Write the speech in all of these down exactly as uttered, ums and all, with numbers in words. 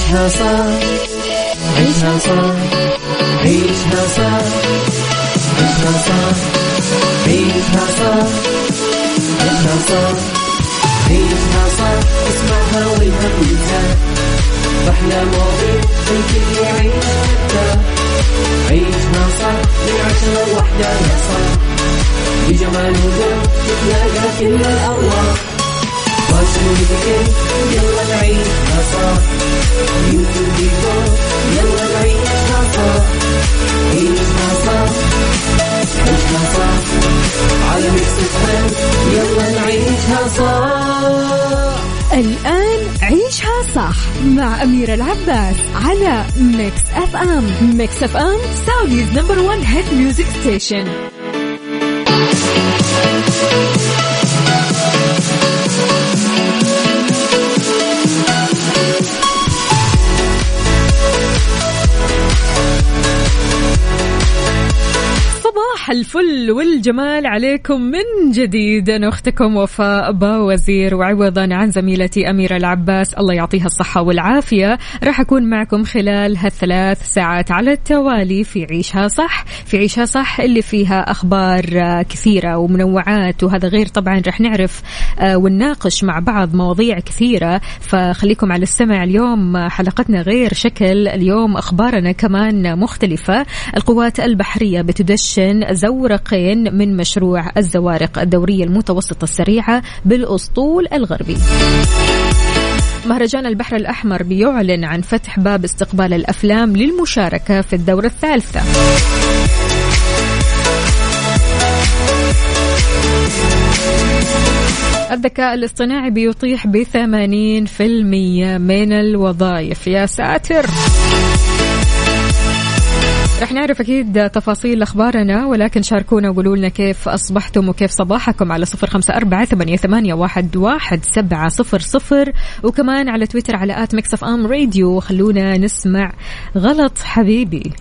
عيشها صح عيشها صح عيشها صح عيشها صح عيشها صح عيشها صح عيشها صح اسمعها والهم ينزاح أحلى مواضيع الكل يعيشها عيشها صح من عشرة لوحدة يا صاح بجمال وذوق تتلاقى كل الأرواح فاشل واتيكيت يلا نعيشها صح بيوتي وديكور يلا نعيشها صح عيشها صح عيشها صح على ميكس اف ام يلا نعيشها صح. الآن عيشها صح مع أميرة العباس على ميكس اف ام. ميكس اف ام سعوديز نمبر ون هيت ميوزك ستيشن. صباح الفل والجمال عليكم من جديد. أنا أختكم وفاء باوزير، وعوضا عن زميلتي أميرة العباس الله يعطيها الصحة والعافية راح أكون معكم خلال هالثلاث ساعات على التوالي في عيشها صح. في عيشها صح اللي فيها أخبار كثيرة ومنوعات، وهذا غير طبعا راح نعرف ونناقش مع بعض مواضيع كثيرة، فخليكم على السمع. اليوم حلقتنا غير شكل، اليوم أخبارنا كمان مختلفة. القوات البحرية بتدشن زورقين من مشروع الزوارق الدورية المتوسطة السريعة بالأسطول الغربي. مهرجان البحر الأحمر بيعلن عن فتح باب استقبال الأفلام للمشاركة في الدورة الثالثة. الذكاء الاصطناعي بيطيح بثمانين في المية من الوظائف. يا ساتر. رح نعرف أكيد تفاصيل أخبارنا، ولكن شاركونا وقولوا لنا كيف أصبحتم وكيف صباحكم على صفر خمسة أربعة ثمانية ثمانية واحد واحد سبعة صفر صفر، وكمان على تويتر على آت ميكس أف أم راديو. خلونا نسمع غلط حبيبي.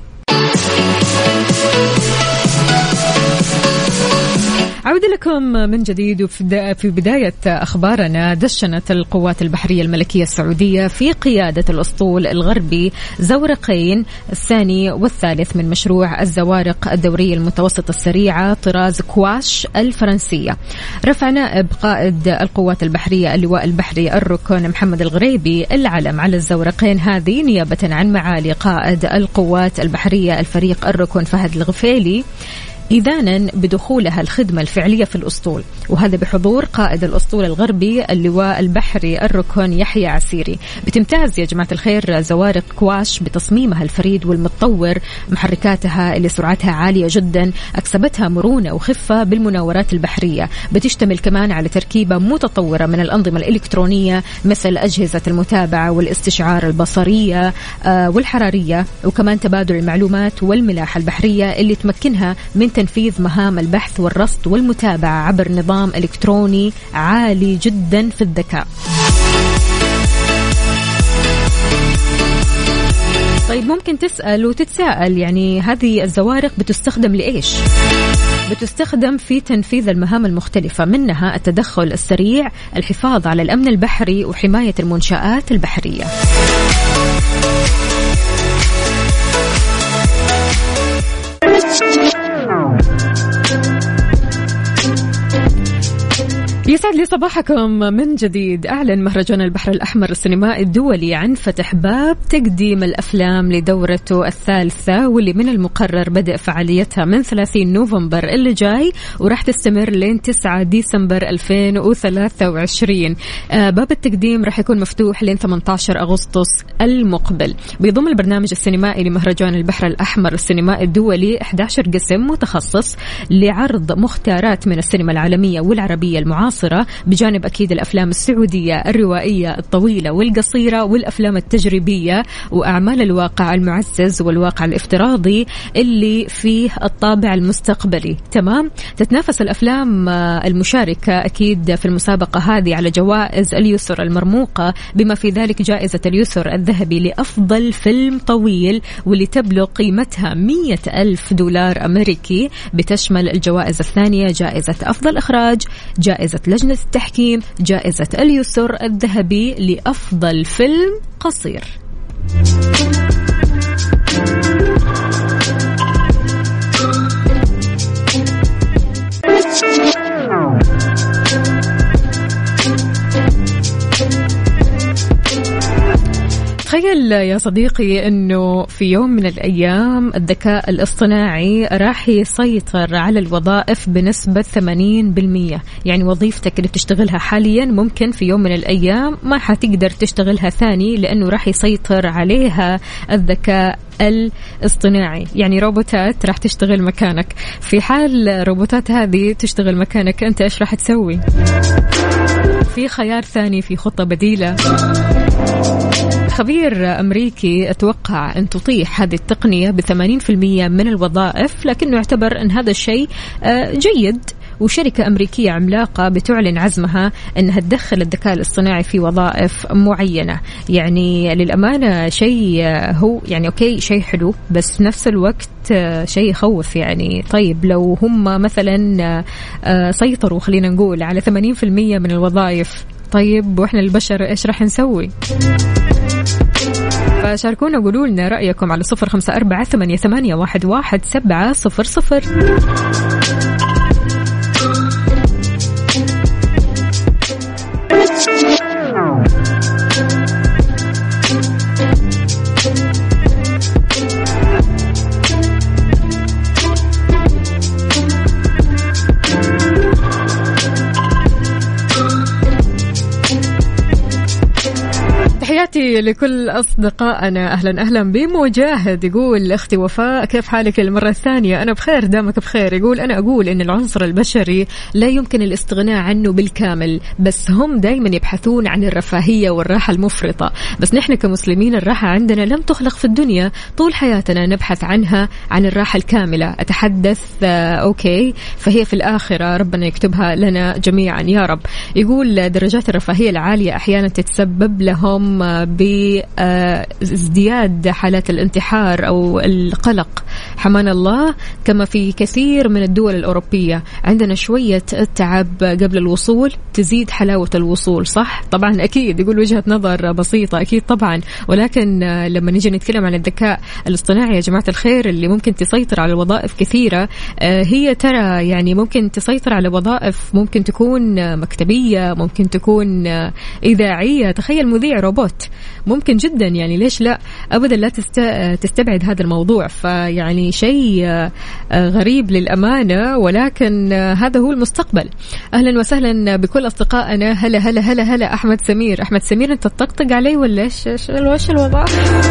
عودة لكم من جديد. وفي بداية أخبارنا، دشنت القوات البحرية الملكية السعودية في قيادة الأسطول الغربي زورقين الثاني والثالث من مشروع الزوارق الدورية المتوسطة السريعة طراز كواش الفرنسية. رفع نائب قائد القوات البحرية اللواء البحري الركن محمد الغريبي العلم على الزورقين هذه نيابة عن معالي قائد القوات البحرية الفريق الركن فهد الغفيلي، إذانا بدخولها الخدمة الفعلية في الأسطول، وهذا بحضور قائد الأسطول الغربي اللواء البحري الركن يحيى عسيري. بتمتاز يا جماعة الخير زوارق كواش بتصميمها الفريد والمتطور، محركاتها اللي سرعتها عالية جدا أكسبتها مرونة وخفة بالمناورات البحرية. بتشتمل كمان على تركيبة متطورة من الأنظمة الإلكترونية مثل أجهزة المتابعة والاستشعار البصرية والحرارية، وكمان تبادل المعلومات والملاحة البحرية اللي تمكنها من تنفيذ مهام البحث والرصد والمتابعة عبر نظام إلكتروني عالي جدا في الذكاء. طيب ممكن تسأل وتتساءل، يعني هذه الزوارق بتستخدم لإيش؟ بتستخدم في تنفيذ المهام المختلفة، منها التدخل السريع، الحفاظ على الأمن البحري، وحماية المنشآت البحرية. يسعد لي صباحكم من جديد. أعلن مهرجان البحر الأحمر السينمائي الدولي عن فتح باب تقديم الأفلام لدورته الثالثة، واللي من المقرر بدء فعاليتها من ثلاثين نوفمبر اللي جاي، وراح تستمر لين تسعة ديسمبر ألفين وثلاثة وعشرين. باب التقديم راح يكون مفتوح لين ثمانية عشر أغسطس المقبل. بيضم البرنامج السينمائي لمهرجان البحر الأحمر السينمائي الدولي إحدى عشر قسم متخصص لعرض مختارات من السينما العالمية والعربية المعاصرة، بجانب أكيد الأفلام السعودية الروائية الطويلة والقصيرة والأفلام التجريبية وأعمال الواقع المعزز والواقع الافتراضي اللي فيه الطابع المستقبلي. تمام. تتنافس الأفلام المشاركة أكيد في المسابقة هذه على جوائز اليسر المرموقة، بما في ذلك جائزة اليسر الذهبي لأفضل فيلم طويل، واللي تبلغ قيمتها مئة ألف دولار أمريكي. بتشمل الجوائز الثانية جائزة أفضل إخراج، جائزة لجنة التحكيم، جائزة اليسر الذهبي لأفضل فيلم قصير. تخيل يا صديقي أنه في يوم من الأيام الذكاء الاصطناعي راح يسيطر على الوظائف بنسبة ثمانين بالمية. يعني وظيفتك اللي بتشتغلها حاليا ممكن في يوم من الأيام ما حتقدر تشتغلها ثاني، لأنه راح يسيطر عليها الذكاء الاصطناعي. يعني روبوتات راح تشتغل مكانك. في حال روبوتات هذه تشتغل مكانك أنت إيش راح تسوي؟ في خيار ثاني، في خطة بديلة. خبير أمريكي أتوقع أن تطيح هذه التقنية بثمانين في المية من الوظائف، لكنه يعتبر أن هذا الشيء جيد. وشركة أمريكية عملاقة بتعلن عزمها أنها تدخل الذكاء الاصطناعي في وظائف معينة. يعني للأمانة شيء هو يعني أوكي شيء حلو، بس في نفس الوقت شيء يخوف. يعني طيب لو هم مثلا سيطروا خلينا نقول على ثمانين في المية من الوظائف، طيب وإحنا البشر إيش راح نسوي؟ فشاركونا قولوا لنا رأيكم على صفر خمسة أربعة ثمانية ثمانية واحد واحد سبعة صفر صفر. تحياتي لكل أصدقائنا. أهلا أهلا بمجاهد، يقول أختي وفاء كيف حالك للمرة الثانية؟ أنا بخير دامك بخير. يقول أنا أقول إن العنصر البشري لا يمكن الاستغناء عنه بالكامل، بس هم دايما يبحثون عن الرفاهية والراحة المفرطة. بس نحن كمسلمين الراحة عندنا لم تخلق في الدنيا، طول حياتنا نبحث عنها، عن الراحة الكاملة. أتحدث آه أوكي فهي في الآخرة ربنا يكتبها لنا جميعا يا رب. يقول درجات الرفاهية العالية أحيانا تتسبب لهم بازدياد حالات الانتحار أو القلق حمان الله، كما في كثير من الدول الأوروبية. عندنا شوية التعب قبل الوصول تزيد حلاوة الوصول، صح؟ طبعا أكيد. يقول وجهة نظر بسيطة أكيد طبعا، ولكن لما نيجي نتكلم عن الذكاء الاصطناعي يا جماعة الخير اللي ممكن تسيطر على وظائف كثيرة، هي ترى يعني ممكن تسيطر على وظائف ممكن تكون مكتبية، ممكن تكون إذاعية. تخيل مذيع روبوت ممكن جدا، يعني ليش لا؟ أبدا لا تستبعد هذا الموضوع. فيعني شيء غريب للأمانة، ولكن هذا هو المستقبل. أهلا وسهلا بكل أصدقائنا. هلا هلا هلا هلا أحمد سمير. أحمد سمير أنت تطقطق علي ولا إيش إيش الوضع؟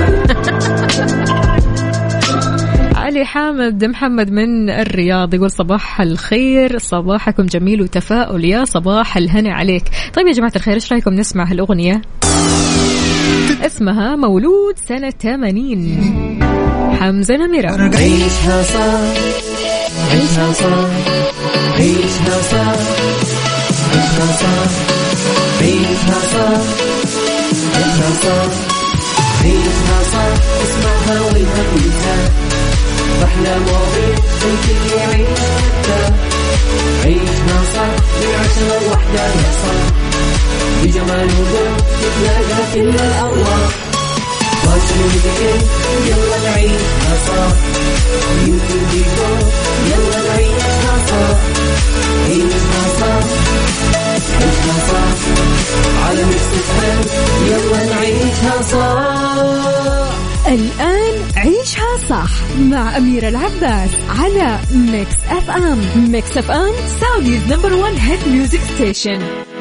علي حامد محمد من الرياض يقول صباح الخير، صباحكم جميل وتفاؤل، يا صباح الهنا عليك. طيب يا جماعة الخير ايش رايكم نسمع هالأغنية؟ اسمها مولود سنة ثمانين، حمزة نمرة. عيشها صح عيشها صح عيشها صح عيشها صح عيشها صح عيشها صح عيشها صح اسمعها والهمها أحلى مواضيع الكل يعيشها. عيشها صح من عشرة لوحدة يا صاح، بجمال وذوق تتلاقى كل الأرواح. فاشل وذكر يلا نعيشها صح، يمكن ديكور يلا نعيشها صح. عيشها صح عيشها صح على مستقبل يلا نعيشها صح. الآن عيشها صح مع أميرة العباس على ميكس أف أم. ميكس أف أم سعوديز نمبر وان هيت ميوزك ستيشن.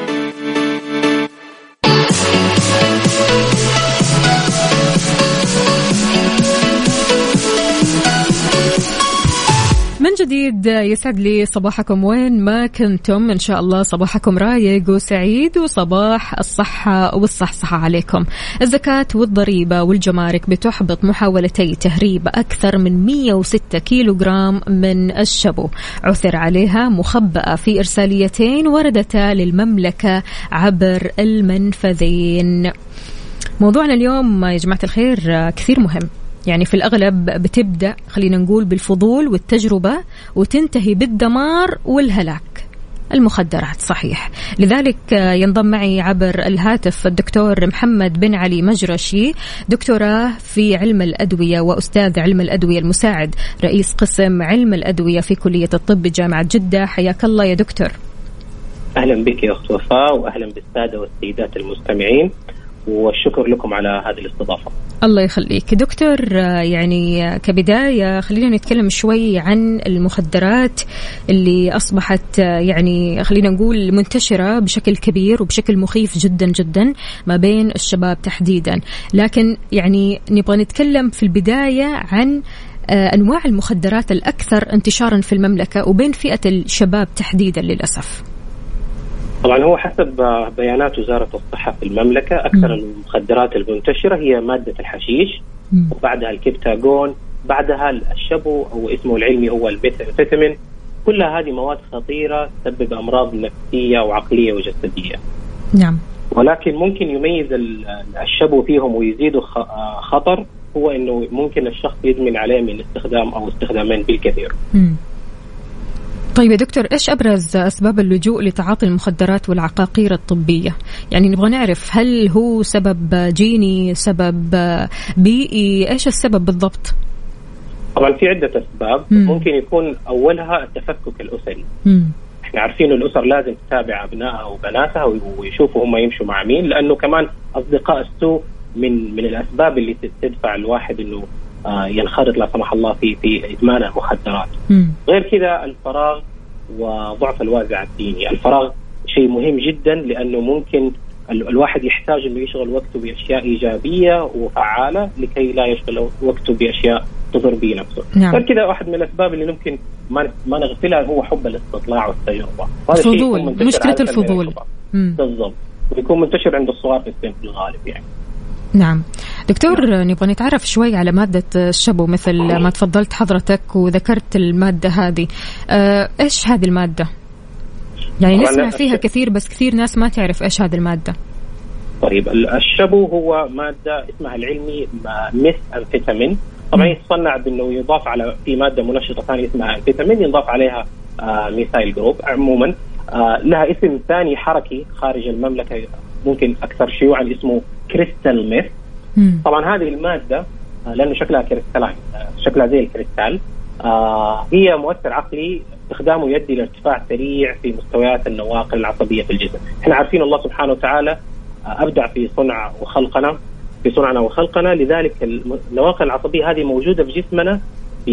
من جديد يسعد لي صباحكم وين ما كنتم، إن شاء الله صباحكم رايق وسعيد وصباح الصحة والصحصحة عليكم. الزكاة والضريبة والجمارك بتحبط محاولتي تهريب أكثر من مئة وستة كيلوغرام من الشبو، عثر عليها مخبأة في إرساليتين وردتا للمملكة عبر المنفذين. موضوعنا اليوم يا جماعة الخير كثير مهم، يعني في الأغلب بتبدأ خلينا نقول بالفضول والتجربة وتنتهي بالدمار والهلاك. المخدرات. صحيح. لذلك ينضم معي عبر الهاتف الدكتور محمد بن علي مجرشي، دكتوراه في علم الأدوية وأستاذ علم الأدوية المساعد، رئيس قسم علم الأدوية في كلية الطب بجامعة جدة. حياك الله يا دكتور. أهلا بك يا أخت وفاء، وأهلا بالسادة والسيدات المستمعين، والشكر لكم على هذه الاستضافة. الله يخليك دكتور. يعني كبداية خلينا نتكلم شوي عن المخدرات اللي أصبحت يعني خلينا نقول منتشرة بشكل كبير وبشكل مخيف جدا جدا ما بين الشباب تحديدا، لكن يعني نبغى نتكلم في البداية عن أنواع المخدرات الأكثر انتشارا في المملكة وبين فئة الشباب تحديدا للأسف. طبعا هو حسب بيانات وزارة الصحة في المملكة أكثر م. المخدرات المنتشرة هي مادة الحشيش، م. وبعدها الكبتاغون، بعدها الشبو أو اسمه العلمي هو الميثامفيتامين. كلها هذه مواد خطيرة تسبب أمراض نفسية وعقلية وجسدية. نعم. ولكن ممكن يميز الشبو فيهم ويزيدوا خطر هو إنه ممكن الشخص يدمن عليه من استخدام أو استخدامين بالكثير. م. طيب يا دكتور، إيش أبرز أسباب اللجوء لتعاطي المخدرات والعقاقير الطبية؟ يعني نبغى نعرف هل هو سبب جيني، سبب بيئي، إيش السبب بالضبط؟ طبعا في عدة أسباب. م. ممكن يكون أولها التفكك الأسري. م. احنا عارفين الأسر لازم تتابع أبنائها وبناتها ويشوفوا هم يمشوا مع مين، لأنه كمان أصدقاء السوء من من الأسباب اللي تدفع الواحد إنه ينخرط لا سمح الله في في إدمان المخدرات. م. غير كذا الفراغ وضعف الوازع الديني. الفراغ شيء مهم جدا، لأنه ممكن الواحد يحتاج إنه يشغل وقته بأشياء إيجابية وفعالة لكي لا يشغل وقته بأشياء تضر به نفسه. نعم. غير كذا واحد من الأسباب اللي ممكن ما ما نغفلها هو حب الاستطلاع والتجربة. الفضول، مشكلة الفضول بالضبط، ويكون منتشر عند الصغار في السن في الغالب يعني. نعم دكتور، نعم. نبغى نتعرف شوي على مادة الشبو مثل ما تفضلت حضرتك وذكرت المادة هذه. آه، إيش هذه المادة؟ يعني نسمع فيها كثير بس كثير ناس ما تعرف إيش هذه المادة. طيب الشبو هو مادة اسمها العلمي ميثامفيتامين. طبعا يتصنع بأنه يضاف على في مادة منشطة ثانية اسمها أمفيتامين يضاف عليها آه ميثايل جروب. عموما آه لها اسم ثاني حركي خارج المملكة ممكن أكثر شيوعا اسمه كريستال ميث. طبعا هذه المادة لأنه شكلها كريستالين، شكلها زي الكريستال، آه هي مؤثر عقلي استخدامه يؤدي لارتفاع سريع في مستويات النواقل العصبية في الجسم. احنا عارفين الله سبحانه وتعالى آه أبدع في صنع وخلقنا في صنعنا وخلقنا، لذلك النواقل العصبية هذه موجودة في جسمنا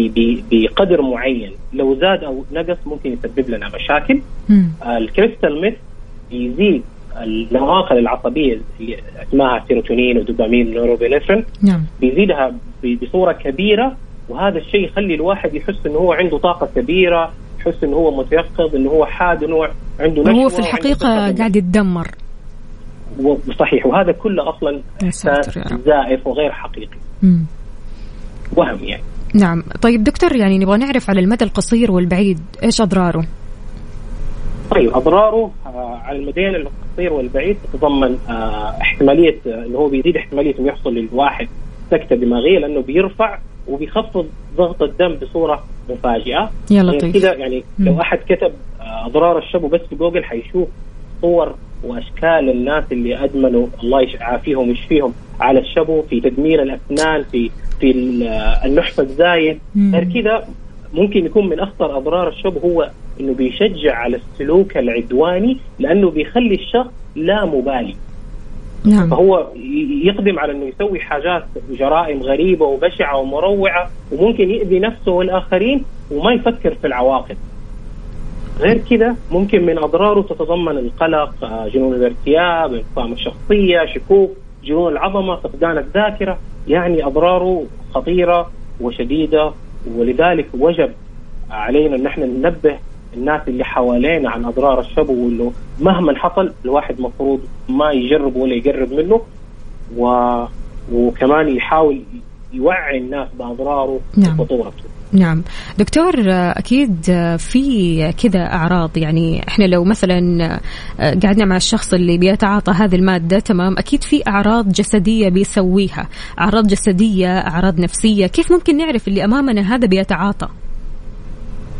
بقدر معين، لو زاد أو نقص ممكن يسبب لنا مشاكل. آه الكريستال ميث يزيد النواقل العصبية اللي اسمها سيروتونين ودوبامين ونورابينفرين. نعم. بيزيدها بصورة كبيرة، وهذا الشيء يخلي الواحد يحس إنه هو عنده طاقة كبيرة، يحس إنه هو متيقظ، إنه هو حاد، إنه هو عنده نشوة. هو في الحقيقة قاعد يتدمر. صحيح، وهذا كله أصلا زائف وغير حقيقي. مم. وهم يعني. نعم. طيب دكتور، يعني نبغى نعرف على المدى القصير والبعيد إيش أضراره؟ طيب أضراره آه على المدين القصير والبعيد تتضمن آه احتمالية آه إنه هو بيزيد احتمالية إنه يحصل للواحد سكتة دماغية، لأنه بيرفع وبيخفض ضغط الدم بصورة مفاجئة. يا لطيف. كده يعني مم. لو أحد كتب آه أضرار الشبو بس في جوجل حيشوف صور وأشكال الناس اللي أدمنوا الله يعافيهم ويشفيهم على الشبو، في تدمير الأسنان، في في النحف الزايد. غير كده ممكن يكون من أخطر أضرار الشبو هو إنه بيشجع على السلوك العدواني، لأنه بيخلي الشخص لا مبالي. نعم. فهو يقدم على إنه يسوي حاجات جرائم غريبة وبشعة ومروعة، وممكن يؤذي نفسه والآخرين وما يفكر في العواقب. غير كده ممكن من أضراره تتضمن القلق، جنون الارتياب، انفصام الشخصية، شكوك، جنون العظمة، فقدان الذاكرة. يعني أضراره خطيرة وشديدة، ولذلك وجب علينا ان احنا ننبه الناس اللي حوالينا عن اضرار الشبو، وانه مهما حصل الواحد مفروض ما يجرب ولا يقرب منه، و... وكمان يحاول يوعي الناس باضراره. نعم. وخطورته. نعم دكتور، أكيد في كذا أعراض، يعني إحنا لو مثلا قعدنا مع الشخص اللي بيتعاطى هذه المادة، تمام، أكيد في أعراض جسدية بيسويها، أعراض جسدية، أعراض نفسية. كيف ممكن نعرف اللي أمامنا هذا بيتعاطى؟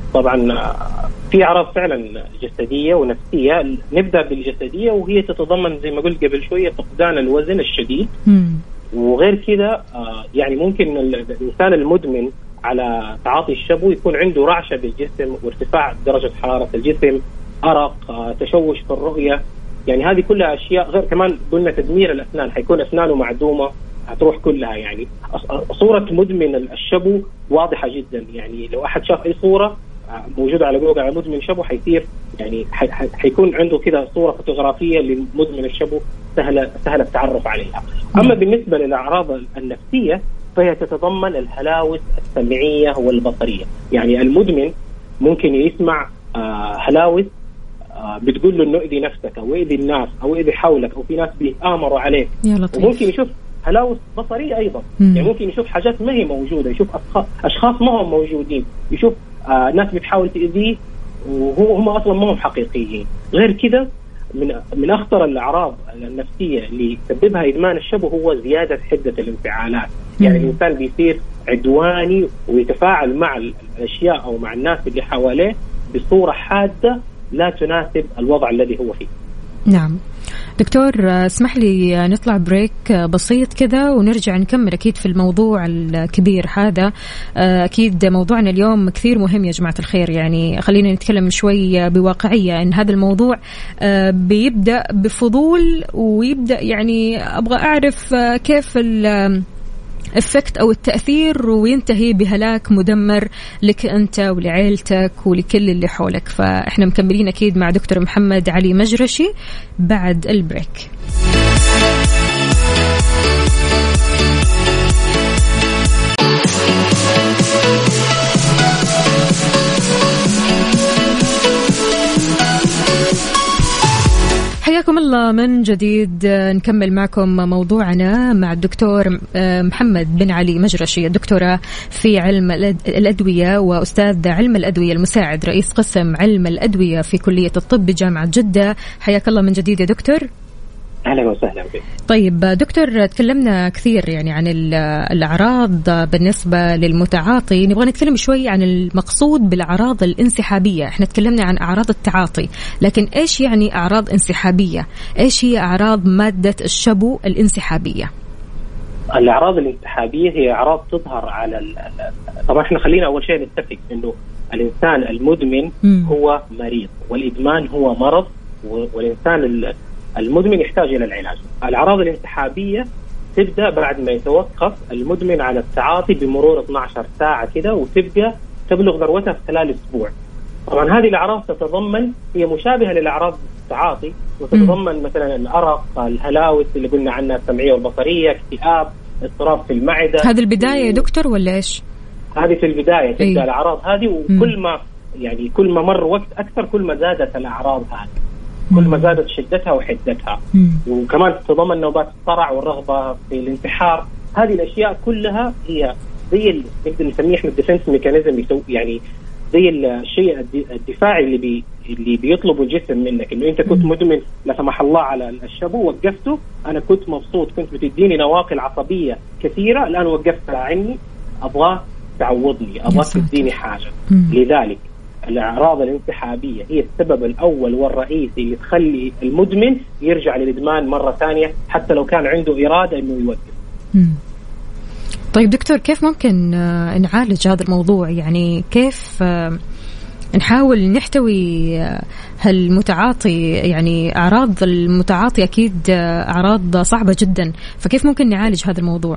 طبعا في أعراض فعلا جسدية ونفسية. نبدأ بالجسدية وهي تتضمن زي ما قلت قبل شوية فقدان الوزن الشديد. مم. وغير كده يعني ممكن الإنسان المدمن على تعاطي الشبو يكون عنده رعشة بالجسم وارتفاع درجة حرارة الجسم، أرق، تشوش في الرؤية. يعني هذه كلها أشياء. غير كمان قلنا تدمير الأسنان، حيكون أسنانه معدومة هتروح كلها. يعني صورة مدمن الشبو واضحة جدا. يعني لو أحد شاف أي صورة موجودة على جوجل على مدمن شبو حيصير يعني حيكون عنده كده صورة فوتوغرافية لمدمن الشبو سهلة سهلة التعرف عليها. أما بالنسبة للأعراض النفسية فهي تتضمن الهلاوس السمعية والبصرية. يعني المدمن ممكن يسمع هلاوس بتقول له إنه إذي نفسك أو إذي الناس أو إذي حولك أو في ناس بيتآمروا عليك. وممكن يشوف هلاوس بصرية أيضا. مم. يعني ممكن يشوف حاجات ما هي موجودة، يشوف أشخاص ما هم موجودين، يشوف آه ناس بتحاول تأذيه وهو هم أصلا ما هم حقيقيين. غير كده من من أخطر الأعراض النفسية اللي يسببها إدمان الشبو هو زيادة حدة الانفعالات. مم. يعني الإنسان بيصير عدواني ويتفاعل مع الأشياء أو مع الناس اللي حواليه بصورة حادة لا تناسب الوضع الذي هو فيه. نعم دكتور، اسمح لي نطلع بريك بسيط كذا ونرجع نكمل أكيد في الموضوع الكبير هذا. أكيد موضوعنا اليوم كثير مهم يا جماعة الخير. يعني خلينا نتكلم شوي بواقعية إن هذا الموضوع بيبدأ بفضول ويبدأ يعني أبغى أعرف كيف ال افكت او التأثير وينتهي بهلاك مدمر لك انت ولعائلتك ولكل اللي حولك. فاحنا مكملين اكيد مع دكتور محمد علي مجرشي بعد البريك. حياكم الله من جديد. نكمل معكم موضوعنا مع الدكتور محمد بن علي مجرشي، الدكتورة في علم الأدوية وأستاذ علم الأدوية المساعد رئيس قسم علم الأدوية في كلية الطب بجامعة جدة. حياك الله من جديد يا دكتور. أهلا وسهلا بك. طيب دكتور، تكلمنا كثير يعني عن الأعراض بالنسبة للمتعاطي، نبغى نتكلم شوي عن المقصود بالأعراض الانسحابية. احنا تكلمنا عن أعراض التعاطي، لكن إيش يعني أعراض انسحابية؟ إيش هي أعراض مادة الشبو الانسحابية؟ الأعراض الانسحابية هي أعراض تظهر على ال... طبعا احنا خلينا أول شيء نتفق إنه الإنسان المدمن م. هو مريض، والإدمان هو مرض، والإنسان المدمن يحتاج إلى العلاج. الأعراض الانسحابية تبدأ بعد ما يتوقف المدمن على التعاطي بمرور اثنتي عشرة ساعة كده، وتبدأ تبلغ ذروتها في خلال أسبوع. طبعا هذه الأعراض تتضمن هي مشابهة للأعراض التعاطي، وتتضمن مثلا الأرق، الهلاوس اللي قلنا عنها السمعية والبصرية، اكتئاب، اضطراب في المعدة. هذه البداية يا دكتور ولا إيش؟ هذه في البداية تبدأ أي. الأعراض هذه، وكل ما يعني كل ما مر وقت أكثر كل ما زادت الأعراض هذه، كل ما زادت شدتها وحدتها. مم. وكمان تتضمن نوبات الصرع والرغبة في الانتحار. هذه الأشياء كلها هي زي نقدر نسميه احنا الديفنس ميكانيزم، يعني زي الشيء الدفاعي اللي بي اللي بيطلبه الجسم منك. انه انت كنت مدمن لا سمح الله على الشبو، وقفته، انا كنت مبسوط، كنت بتديني نواقل عصبية كثيرة، الآن وقفتها عني، ابغى تعوضني، ابغى تديني حاجة. مم. لذلك الأعراض الانسحابية هي السبب الأول والرئيسي اللي تخلي المدمن يرجع للإدمان مرة ثانية حتى لو كان عنده إرادة إنه يوقف. مم. طيب دكتور، كيف ممكن نعالج هذا الموضوع؟ يعني كيف نحاول نحتوي هالمتعاطي؟ يعني أعراض المتعاطي أكيد أعراض صعبة جدا، فكيف ممكن نعالج هذا الموضوع؟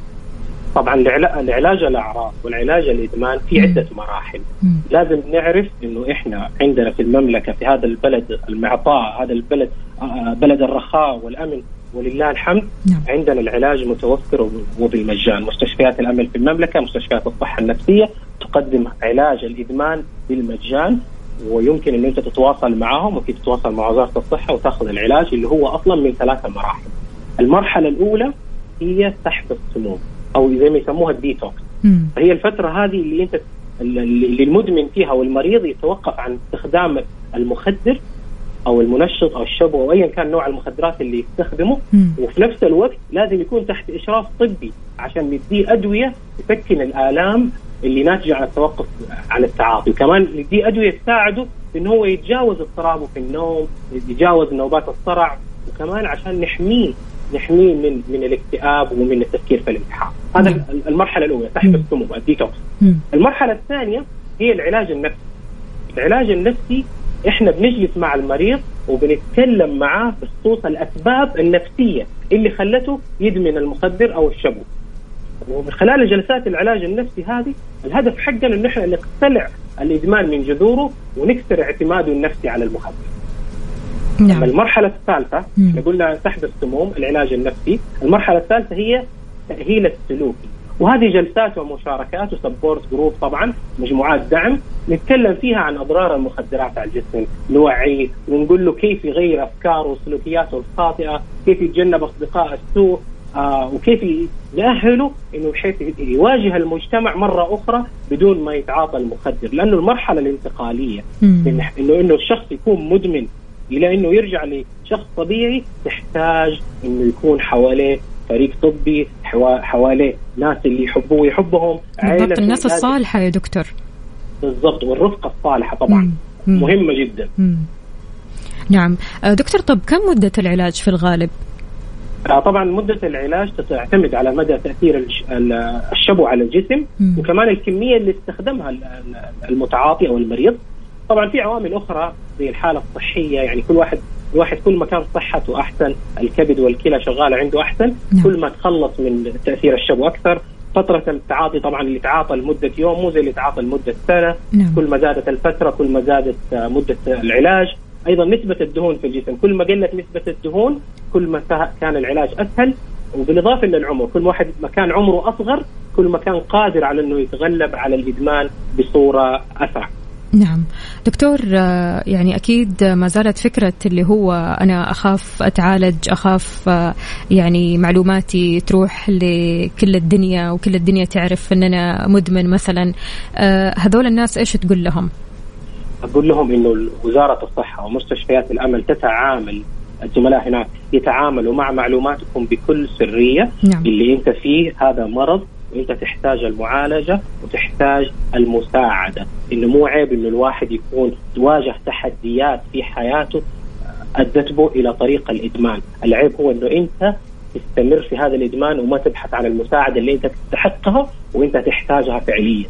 طبعا العلاج الأعراض والعلاج الإدمان في عدة مراحل. مم. لازم نعرف إنه إحنا عندنا في المملكة، في هذا البلد المعطاء، هذا البلد بلد الرخاء والأمن ولله الحمد. نعم. عندنا العلاج متوفر وبالمجان. مستشفيات الأمل في المملكة، مستشفيات الصحة النفسية تقدم علاج الإدمان بالمجان، ويمكن إن أنت تتواصل معهم، وكي تتواصل مع وزارة الصحة وتأخذ العلاج اللي هو أصلا من ثلاثة مراحل. المرحلة الأولى هي سحب السموم، أو زي ما يسموها الديتوكس. فهي الفترة هذه اللي أنت اللي المدمن فيها والمريض يتوقف عن استخدام المخدر أو المنشط أو الشبو أو أيا كان نوع المخدرات اللي يستخدمه. مم. وفي نفس الوقت لازم يكون تحت إشراف طبي عشان يديه أدوية تسكن الآلام اللي ناتجه عن التوقف عن التعاطي. وكمان دي ادويه تساعده ان هو يتجاوز اضطرابه في النوم، يتجاوز نوبات الصرع، وكمان عشان نحميه نحميه من من الاكتئاب ومن التفكير في الانتحار. هذا المرحله الاولى، سحب السموم، الديتوكس. المرحله الثانيه هي العلاج النفسي. العلاج النفسي احنا بنجلس مع المريض وبنتكلم معاه بخصوص الاسباب النفسيه اللي خلته يدمن المخدر او الشبو. ومن خلال جلسات العلاج النفسي هذه الهدف حقنا ان احنا نقتلع الادمان من جذوره ونكسر اعتماده النفسي على المخدر. نعم. المرحله الثالثه احنا قلنا سحب السموم، العلاج النفسي. المرحله الثالثه هي تاهيل السلوكي، وهذه جلسات ومشاركات وسبورت جروب، طبعا مجموعات دعم نتكلم فيها عن اضرار المخدرات على الجسم، نوعيه ونقول له كيف يغير افكاره وسلوكياته الخاطئه، كيف يتجنب اصدقاء السوء، آه وكيف يأهله انه بحيث يواجه المجتمع مره اخرى بدون ما يتعاطى المخدر. لانه المرحله الانتقاليه انه انه الشخص يكون مدمن الى انه يرجع لشخص طبيعي تحتاج انه يكون حواليه فريق طبي، حواليه ناس اللي يحبوه ويحبهم، بالضبط، الناس الصالحه يا دكتور. بالضبط، والرفقه الصالحه طبعا مم. مهمه جدا. مم. نعم دكتور، طب كم مده العلاج في الغالب؟ طبعا مدة العلاج تعتمد على مدى تأثير الشبو على الجسم، م. وكمان الكمية اللي استخدمها المتعاطي أو المريض. طبعا في عوامل أخرى زي الحالة الصحية، يعني كل واحد الواحد كل ما كان صحته أحسن، الكبد والكلى شغالة عنده أحسن، م. كل ما تخلص من تأثير الشبو أكثر. فترة التعاطي طبعا اللي تعاطى لمدة يوم مو زي اللي تعاطى لمدة سنة، م. كل ما زادت الفترة كل ما زادت مدة العلاج. أيضا نسبة الدهون في الجسم، كل ما قلت نسبة الدهون كل ما كان العلاج أسهل. وبالإضافة للعمر، كل واحد ما كان عمره أصغر كل ما كان قادر على أنه يتغلب على الإدمان بصورة أسرع. نعم دكتور، يعني أكيد ما زالت فكرة اللي هو أنا أخاف أتعالج، أخاف يعني معلوماتي تروح لكل الدنيا وكل الدنيا تعرف أن أنا مدمن مثلا. هذول الناس إيش تقول لهم؟ أقول لهم إنه وزارة الصحة ومستشفيات الأمل تتعامل، الزملاء هناك يتعاملوا مع معلوماتكم بكل سرية. نعم. اللي أنت فيه هذا مرض وأنت تحتاج المعالجة وتحتاج المساعدة. إنه مو عيب إنه الواحد يكون يواجه تحديات في حياته أدت به إلى طريق الإدمان. العيب هو إنه أنت تستمر في هذا الإدمان وما تبحث عن المساعدة اللي أنت تستحقها وأنت تحتاجها فعليا.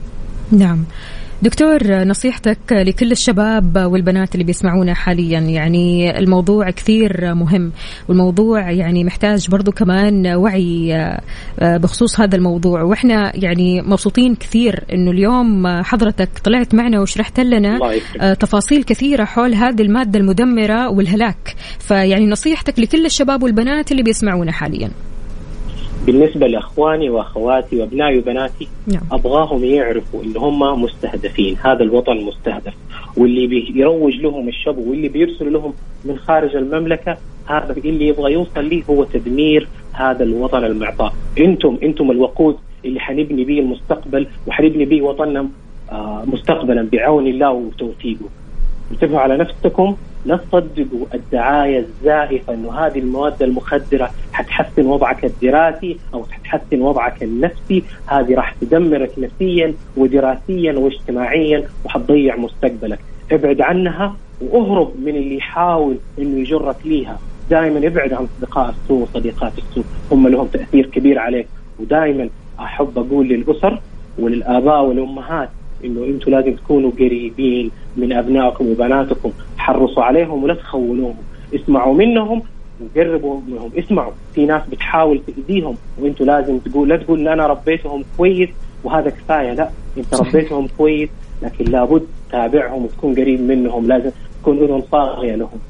نعم دكتور، نصيحتك لكل الشباب والبنات اللي بيسمعونا حاليا، يعني الموضوع كثير مهم والموضوع يعني محتاج برضو كمان وعي بخصوص هذا الموضوع، وإحنا يعني مبسوطين كثير إنه اليوم حضرتك طلعت معنا وشرحت لنا تفاصيل كثيرة حول هذه المادة المدمرة والهلاك. فيعني نصيحتك لكل الشباب والبنات اللي بيسمعونا حاليا. بالنسبة لأخواني وأخواتي وأبنائي وبناتي، نعم. أبغاهم يعرفوا إن هم مستهدفين، هذا الوطن مستهدف، واللي بيروج لهم الشبو واللي بيرسل لهم من خارج المملكة هذا اللي يبغى يوصل ليه هو تدمير هذا الوطن المعطاء. أنتم أنتم الوقود اللي حنبني به المستقبل وحنبني به وطننا مستقبلا بعون الله وتوفيقه. انتبهوا على نفسكم، لا تصدقوا الدعاية الزائفة إنه هذه المواد المخدرة حتحسن وضعك الدراسي أو حتحسن وضعك النفسي. هذه راح تدمرك نفسيا ودراسيا واجتماعيا وحتضيع مستقبلك. ابعد عنها واهرب من اللي يحاول إنه يجرك ليها. دائما ابعد عن أصدقاء السوء وصديقات السوء، هم لهم تأثير كبير عليك. ودائما أحب أقول للأسر وللآباء والأمهات إنه أنتم لازم تكونوا قريبين من أبنائكم وبناتكم، حرصوا عليهم ولا تخونوهم، اسمعوا منهم وقربوا منهم. اسمعوا، في ناس بتحاول تأذيهم وأنتم لازم تقول، لا تقول إن أنا ربيتهم كويس وهذا كفاية، لا، أنت ربيتهم كويس لكن لابد تابعهم وتكون قريب منهم، لازم تكون أذن صاغية لهم.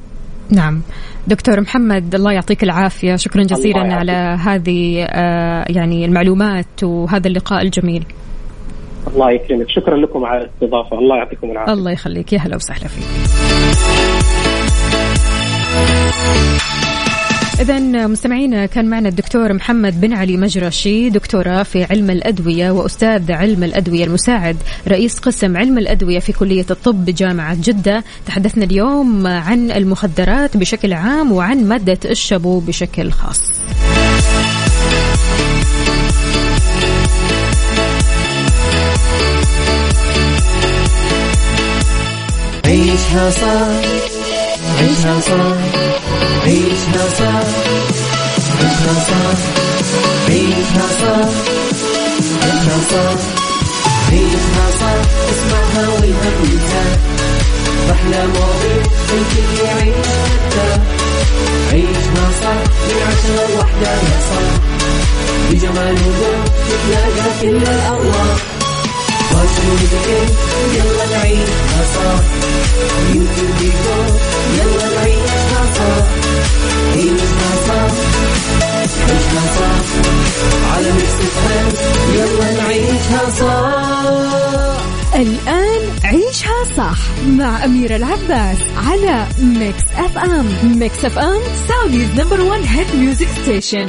نعم دكتور محمد، الله يعطيك العافية، شكرا جزيلا على هذه يعني المعلومات وهذا اللقاء الجميل. الله يكرمك، شكرا لكم على الاستضافة، الله يعطيكم العافية. الله يخليك، يا هلا وسهلا فيك. إذن مستمعينا، كان معنا الدكتور محمد بن علي مجرشي، دكتوراه في علم الأدوية وأستاذ علم الأدوية المساعد رئيس قسم علم الأدوية في كلية الطب بجامعة جدة. تحدثنا اليوم عن المخدرات بشكل عام وعن مادة الشبو بشكل خاص. عيشها صح عيشها صح عيشها صح عيشها صح عيشها صح عيشها صح عيشها صح اسمعها والهم ينزاح أحلى مواضيع الكل يعيش مرتاح عيشها صح من عشرة لوحدة يا صاح بجمال وذوق تتلاقى كل الأرواح يلا نعيشها صح يوتيوب فيديو يلا نعيشها صح عيشها صح عيشها صح على ميكس اف ام يلا نعيشها صح. الآن عيشها صح مع أميرة العباس على ميكس اف ام. ميكس اف ام سعوديز نمبر ون هيت ميوزك ستيشن.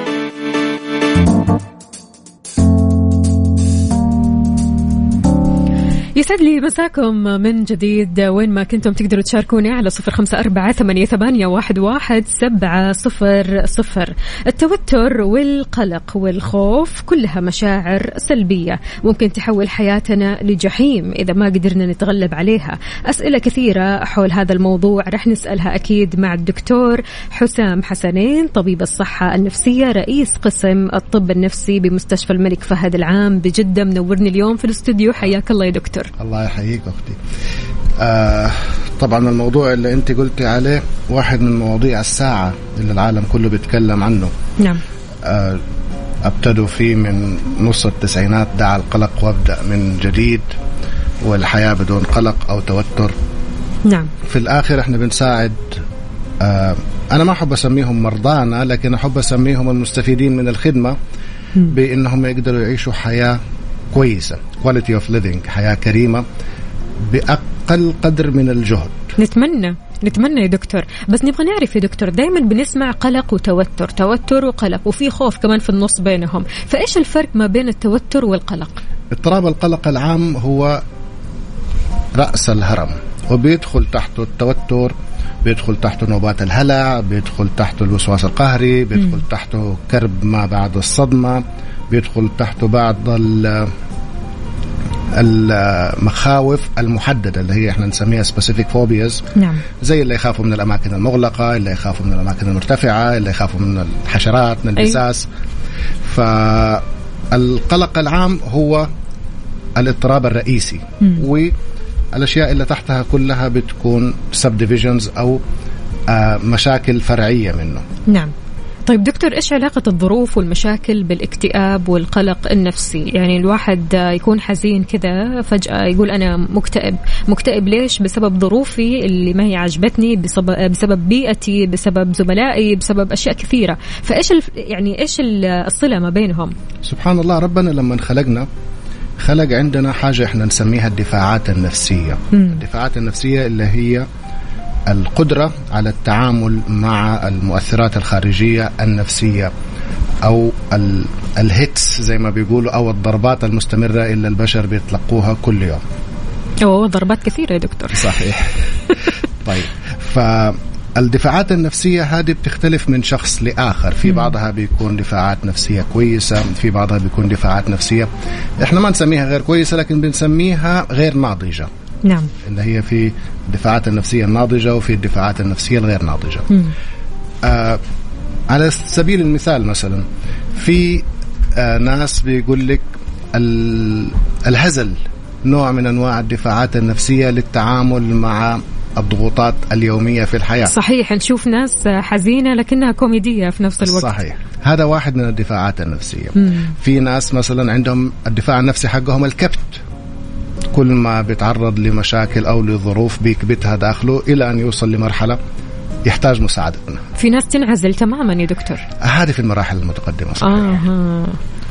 يسعد لي مساكم من جديد وين ما كنتم. تقدروا تشاركوني على صفر خمسة أربعة ثمانية ثمانية واحد واحد سبعة صفر صفر. التوتر والقلق والخوف كلها مشاعر سلبية ممكن تحول حياتنا لجحيم إذا ما قدرنا نتغلب عليها. أسئلة كثيرة حول هذا الموضوع رح نسألها أكيد مع الدكتور حسام حسنين طبيب الصحة النفسية رئيس قسم الطب النفسي بمستشفى الملك فهد العام بجدة. منورني اليوم في الاستوديو. حياك الله يا دكتور. الله يحييك أختي. آه طبعا الموضوع اللي أنت قلتي عليه واحد من مواضيع الساعة اللي العالم كله بيتكلم عنه. نعم. آه أبتدوا فيه من نص التسعينات دع القلق وابدأ من جديد والحياة بدون قلق أو توتر. نعم. في الآخر احنا بنساعد آه أنا ما أحب أسميهم مرضانا لكن أحب أسميهم المستفيدين من الخدمة بأنهم يقدروا يعيشوا حياة كويسة quality of living حياة كريمة بأقل قدر من الجهد. نتمنى نتمنى يا دكتور. بس نبغى نعرف يا دكتور دايما بنسمع قلق وتوتر توتر وقلق وفي خوف كمان في النص بينهم. فإيش الفرق ما بين التوتر والقلق؟ اضطراب القلق العام هو رأس الهرم وبيدخل تحته التوتر بيدخل تحته نوبات الهلع بيدخل تحته الوسواس القهري بيدخل م. تحته كرب ما بعد الصدمة بيدخل تحته بعض المخاوف المحددة اللي هي احنا نسميها specific phobias. نعم. زي اللي يخافوا من الأماكن المغلقة اللي يخافوا من الأماكن المرتفعة اللي يخافوا من الحشرات من البساس. فالقلق العام هو الاضطراب الرئيسي م. والأشياء اللي تحتها كلها بتكون subdivisions أو مشاكل فرعية منه. نعم. طيب دكتور إيش علاقة الظروف والمشاكل بالاكتئاب والقلق النفسي؟ يعني الواحد يكون حزين كذا فجأة يقول أنا مكتئب. مكتئب ليش؟ بسبب ظروفي اللي ما هي عجبتني بسبب, بسبب بيئتي بسبب زملائي بسبب أشياء كثيرة. فإيش الف... يعني إيش الصلة ما بينهم؟ سبحان الله ربنا لما خلقنا خلق عندنا حاجة احنا نسميها الدفاعات النفسية. م. الدفاعات النفسية اللي هي القدرة على التعامل مع المؤثرات الخارجية النفسية أو الهيتس زي ما بيقولوا أو الضربات المستمرة اللي البشر بيتلقوها كل يوم. أوه ضربات كثيرة يا دكتور. صحيح. طيب فالدفاعات النفسية هذه بتختلف من شخص لآخر. في بعضها بيكون دفاعات نفسية كويسة في بعضها بيكون دفاعات نفسية إحنا ما نسميها غير كويسة لكن بنسميها غير ناضجة. نعم. اللي هي في الدفاعات النفسية الناضجة وفي الدفاعات النفسية الغير ناضجة. آه على سبيل المثال مثلا في آه ناس بيقول لك الهزل نوع من أنواع الدفاعات النفسية للتعامل مع الضغوطات اليومية في الحياة. صحيح نشوف ناس حزينة لكنها كوميدية في نفس الوقت. صحيح هذا واحد من الدفاعات النفسية. مم. في ناس مثلا عندهم الدفاع النفسي حقهم الكبت كل ما بيتعرض لمشاكل أو لظروف بيكبتها داخله إلى أن يوصل لمرحلة يحتاج مساعدتنا. في ناس تنعزل تماما يا دكتور. هذه في المراحل المتقدمة. صحيح. آه.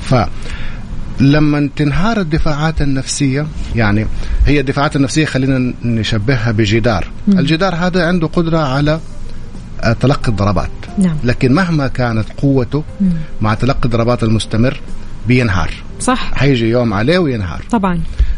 فلما تنهار الدفاعات النفسية يعني هي الدفاعات النفسية خلينا نشبهها بجدار. م. الجدار هذا عنده قدرة على تلقي الضربات. نعم. لكن مهما كانت قوته م. مع تلقي الضربات المستمر بينهار. صح. حيجي يوم عليه وينهار. طبعا.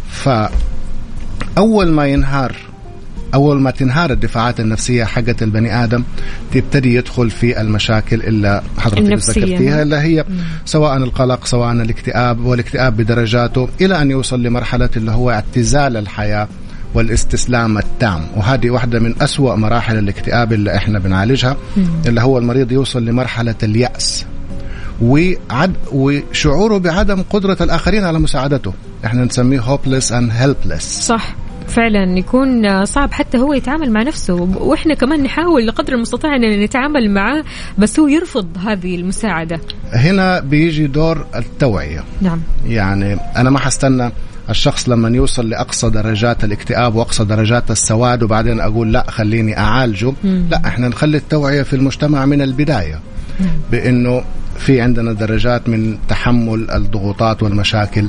فأول ما ينهار أول ما تنهار الدفاعات النفسية حقة البني آدم تبتدي يدخل في المشاكل اللي حضرتك ذكرتيها اللي هي مم. سواء القلق سواء الاكتئاب والاكتئاب بدرجاته إلى أن يوصل لمرحلة اللي هو اعتزال الحياة والاستسلام التام، وهذه واحدة من أسوأ مراحل الاكتئاب اللي احنا بنعالجها، اللي هو المريض يوصل لمرحلة اليأس وعد وشعوره بعدم قدرة الآخرين على مساعدته. احنا نسميه hopeless and helpless. صح فعلا، يكون صعب حتى هو يتعامل مع نفسه، وإحنا كمان نحاول لقدر المستطاع أن نتعامل معه، بس هو يرفض هذه المساعدة. هنا بيجي دور التوعية. نعم. يعني أنا ما حستنى الشخص لما يوصل لأقصى درجات الاكتئاب وأقصى درجات السواد وبعدين أقول لا خليني أعالجه. مم. لا، إحنا نخلي التوعية في المجتمع من البداية. مم. بأنه في عندنا درجات من تحمل الضغوطات والمشاكل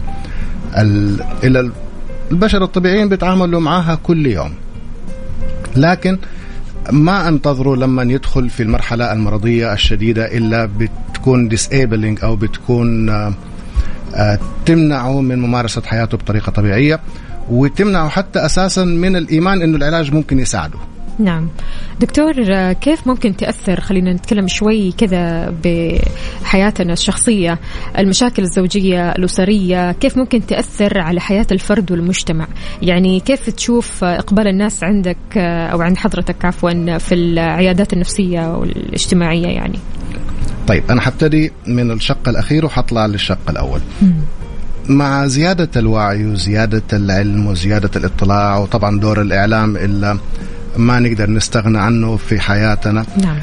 إلى البشر الطبيعيين بيتعاملوا معها كل يوم، لكن ما انتظروا لما يدخل في المرحلة المرضية الشديدة إلا بتكون disabling أو بتكون تمنعه من ممارسة حياته بطريقة طبيعية، وتمنعه حتى أساسا من الإيمان إنه العلاج ممكن يساعده. نعم دكتور، كيف ممكن تأثر، خلينا نتكلم شوي كذا بحياتنا الشخصية، المشاكل الزوجية الأسرية كيف ممكن تأثر على حياة الفرد والمجتمع؟ يعني كيف تشوف إقبال الناس عندك أو عند حضرتك عفوا في العيادات النفسية والاجتماعية يعني؟ طيب أنا حبتدي من الشق الأخير وحطلع للشق الأول. م. مع زيادة الوعي وزيادة العلم وزيادة الاطلاع، وطبعا دور الإعلام إلا ما نقدر نستغنى عنه في حياتنا. نعم.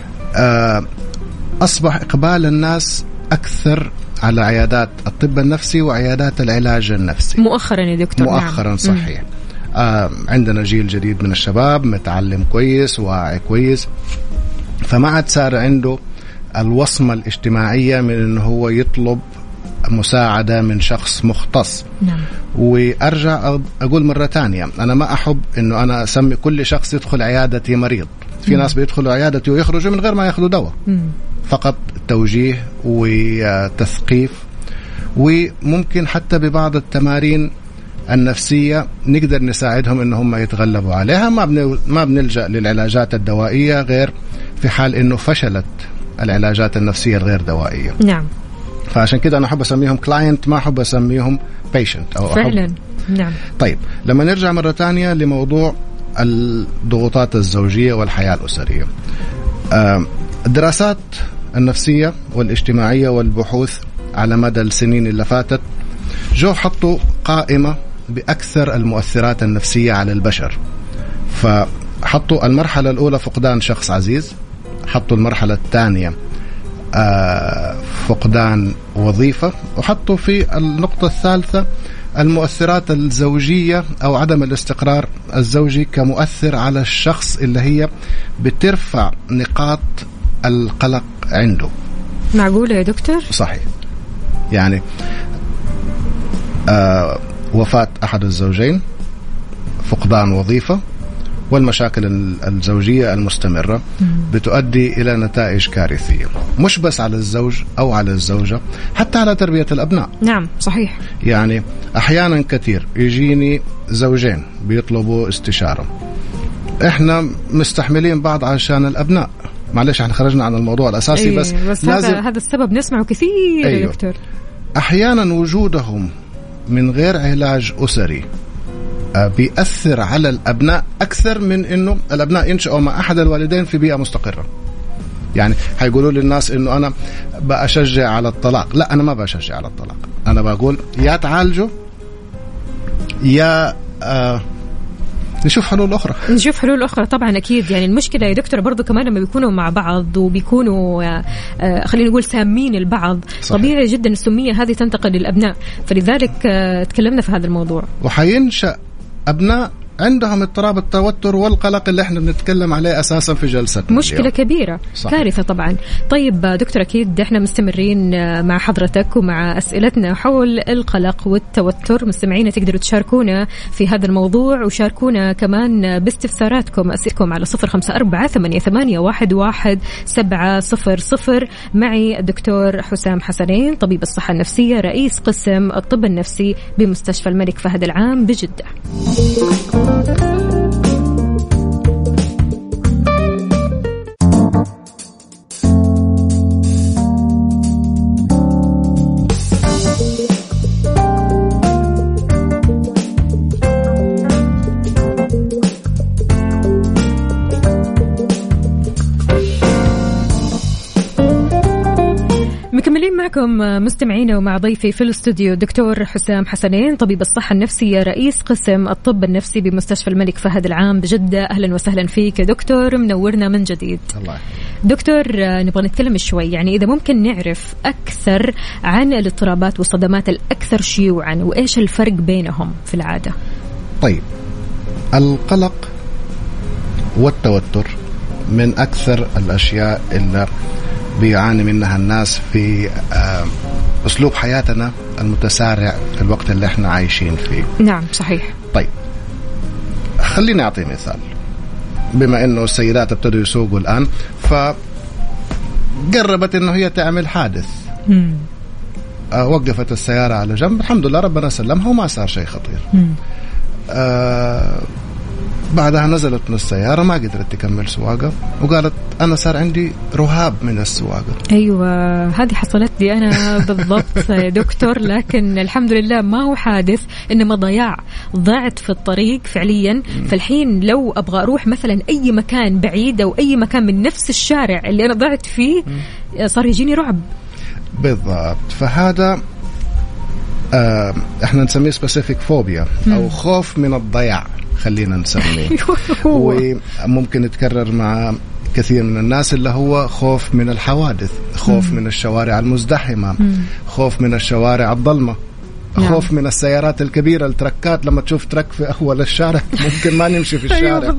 أصبح إقبال الناس أكثر على عيادات الطب النفسي وعيادات العلاج النفسي مؤخرا يا دكتور. مؤخرا. نعم. صحيح. آه عندنا جيل جديد من الشباب متعلم كويس واعي كويس، فما عاد صار عنده الوصمة الاجتماعية من أنه هو يطلب مساعدة من شخص مختص. نعم. وأرجع أقول مرة تانية، أنا ما أحب أنه أنا أسمي كل شخص يدخل عيادتي مريض. في ناس بيدخلوا عيادتي ويخرجوا من غير ما يأخذوا دواء، فقط توجيه وتثقيف، وممكن حتى ببعض التمارين النفسية نقدر نساعدهم إن هم يتغلبوا عليها. ما بن ما بنلجأ للعلاجات الدوائية غير في حال إنه فشلت العلاجات النفسية الغير دوائية. نعم. فعشان كده أنا أحب أسميهم كلاينت، ما أحب أسميهم patient أو فعلا. أحب. نعم. طيب لما نرجع مرة تانية لموضوع الضغوطات الزوجية والحياة الأسرية، الدراسات النفسية والاجتماعية والبحوث على مدى السنين اللي فاتت جو حطوا قائمة بأكثر المؤثرات النفسية على البشر. فحطوا المرحلة الأولى فقدان شخص عزيز، حطوا المرحلة الثانية فقدان وظيفة، وحطوا في النقطة الثالثة المؤثرات الزوجية أو عدم الاستقرار الزوجي كمؤثر على الشخص اللي هي بترفع نقاط القلق عنده. معقولة يا دكتور؟ صحيح. يعني آه وفاة أحد الزوجين، فقدان وظيفة، والمشاكل الزوجية المستمرة بتؤدي إلى نتائج كارثية، مش بس على الزوج أو على الزوجة، حتى على تربية الأبناء. نعم صحيح. يعني أحيانا كثير يجيني زوجين بيطلبوا استشارة، إحنا مستحملين بعض عشان الأبناء. معلش احنا خرجنا عن الموضوع الأساسي. أيه بس, بس لازم هذا, هذا السبب نسمعه كثير. أيوه. يا دكتور أحيانا وجودهم من غير علاج أسري بيأثر على الأبناء أكثر من إنه الأبناء ينشأوا مع أحد الوالدين في بيئة مستقرة. يعني هيقولوا للناس إنه أنا بأشجع على الطلاق. لا، أنا ما بشجع على الطلاق. أنا بقول يا تعالجوا يا آه نشوف حلول أخرى. نشوف حلول أخرى طبعا أكيد. يعني المشكلة يا دكتور برضو كمان لما بيكونوا مع بعض وبيكونوا آه خلينا نقول سامين البعض، صحيح. طبيعي جدا السمية هذه تنتقل للأبناء، فلذلك آه تكلمنا في هذا الموضوع. وحينشأ أبناء عندهم اضطراب التوتر والقلق اللي احنا بنتكلم عليه أساسا في جلستنا. مشكلة اليوم. كبيرة. صحيح. كارثة طبعا. طيب دكتور أكيد احنا مستمرين مع حضرتك ومع أسئلتنا حول القلق والتوتر. مستمعينا تقدروا تشاركونا في هذا الموضوع، وشاركونا كمان باستفساراتكم أسئلتكم على صفر خمسة أربعة ثمانية ثمانية واحد واحد سبعة صفر صفر. معي الدكتور حسام حسنين، طبيب الصحة النفسية، رئيس قسم الطب النفسي بمستشفى الملك فهد العام بجدة. معكم مستمعينا ومع ضيفي في الاستوديو دكتور حسام حسنين، طبيب الصحة النفسية، رئيس قسم الطب النفسي بمستشفى الملك فهد العام بجدة. أهلا وسهلا فيك دكتور، منورنا من جديد. الله. دكتور نبغى نتكلم شوي، يعني إذا ممكن نعرف أكثر عن الاضطرابات والصدمات الأكثر شيوعا وإيش الفرق بينهم في العادة؟ طيب، القلق والتوتر من أكثر الأشياء اللي بيعاني منها الناس في أسلوب حياتنا المتسارع في الوقت اللي احنا عايشين فيه. نعم صحيح. طيب خليني أعطي مثال. بما أنه السيدات ابتدوا يسوقوا الآن، فقربت أنه هي تعمل حادث. مم. وقفت السيارة على جنب، الحمد لله ربنا سلمها وما صار شيء خطير. آه بعدها نزلت من السيارة، ما قدرت تكمل سواقة، وقالت أنا صار عندي رهاب من السواقة. أيوة هذه حصلت لي أنا بالضبط يا دكتور، لكن الحمد لله ما هو حادث، إنما ضياع، ضعت في الطريق فعليا. فالحين لو أبغى أروح مثلا أي مكان بعيد أو أي مكان من نفس الشارع اللي أنا ضعت فيه صار يجيني رعب. بالضبط. فهذا آه احنا نسميه سبيسيفيك فوبيا أو خوف من الضياع، خلينا نسميه. وممكن يتكرر مع كثير من الناس، اللي هو خوف من الحوادث، خوف من الشوارع المزدحمة، خوف من الشوارع الظلمة، خوف من السيارات الكبيرة، التركات. لما تشوف ترك في أول الشارع ممكن ما نمشي في الشارع.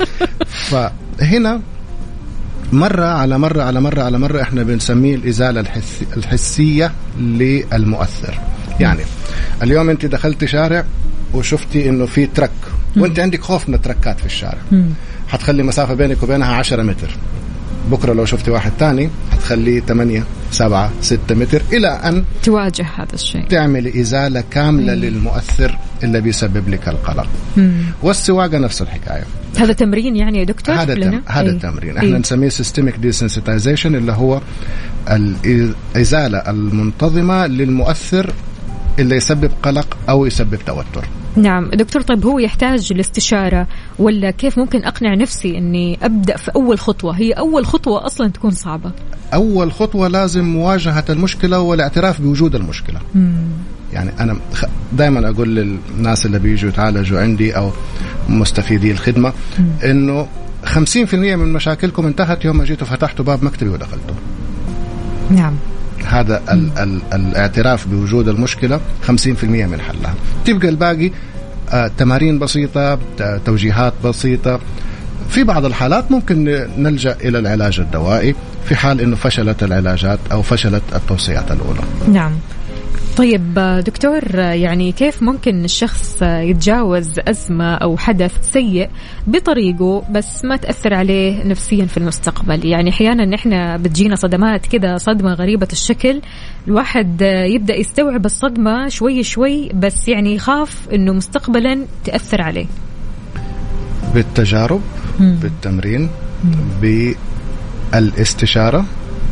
فهنا مرة على مرة على مرة على مرة احنا بنسميه الإزالة الحسية للمؤثر. يعني اليوم انت دخلت شارع وشفتي انه في ترك، وانت عندك خوف من التركات في الشارع، حتخلي مسافة بينك وبينها عشرة متر. بكرة لو شفتي واحد تاني حتخليه ثمانية سبعة ستة متر، إلى أن تواجه هذا الشيء، تعمل إزالة كاملة مم. للمؤثر اللي بيسبب لك القلق. مم. والسواقة نفس الحكاية. هذا تمرين يعني يا دكتور؟ هذا تم... هذا التمرين احنا أي. نسميه systemic desensitization، اللي هو الإزالة المنتظمة للمؤثر اللي يسبب قلق أو يسبب توتر. نعم دكتور. طيب هو يحتاج الاستشارة ولا كيف ممكن أقنع نفسي أني أبدأ في أول خطوة؟ هي أول خطوة أصلا تكون صعبة. أول خطوة لازم مواجهة المشكلة والاعتراف بوجود المشكلة. مم. يعني أنا دائما أقول للناس اللي بيجوا يتعالجوا عندي أو مستفيدي الخدمة مم. إنه خمسين في المية من مشاكلكم انتهت يوم ما جيتوا فتحتوا باب مكتبي ودخلتوا. نعم. هذا ال ال الاعتراف بوجود المشكلة خمسين في المية من حلها. تبقى الباقي آه تمارين بسيطة، توجيهات بسيطة. في بعض الحالات ممكن نلجأ إلى العلاج الدوائي في حال إنه فشلت العلاجات أو فشلت التوصيات الأولى. نعم. طيب دكتور، يعني كيف ممكن الشخص يتجاوز أزمة أو حدث سيء بطريقه بس ما تأثر عليه نفسيا في المستقبل؟ يعني أحيانا إحنا بتجينا صدمات كده، صدمة غريبة الشكل، الواحد يبدأ يستوعب الصدمة شوي شوي، بس يعني يخاف إنه مستقبلا تأثر عليه. بالتجارب، مم. بالتمرين، مم. بالاستشارة،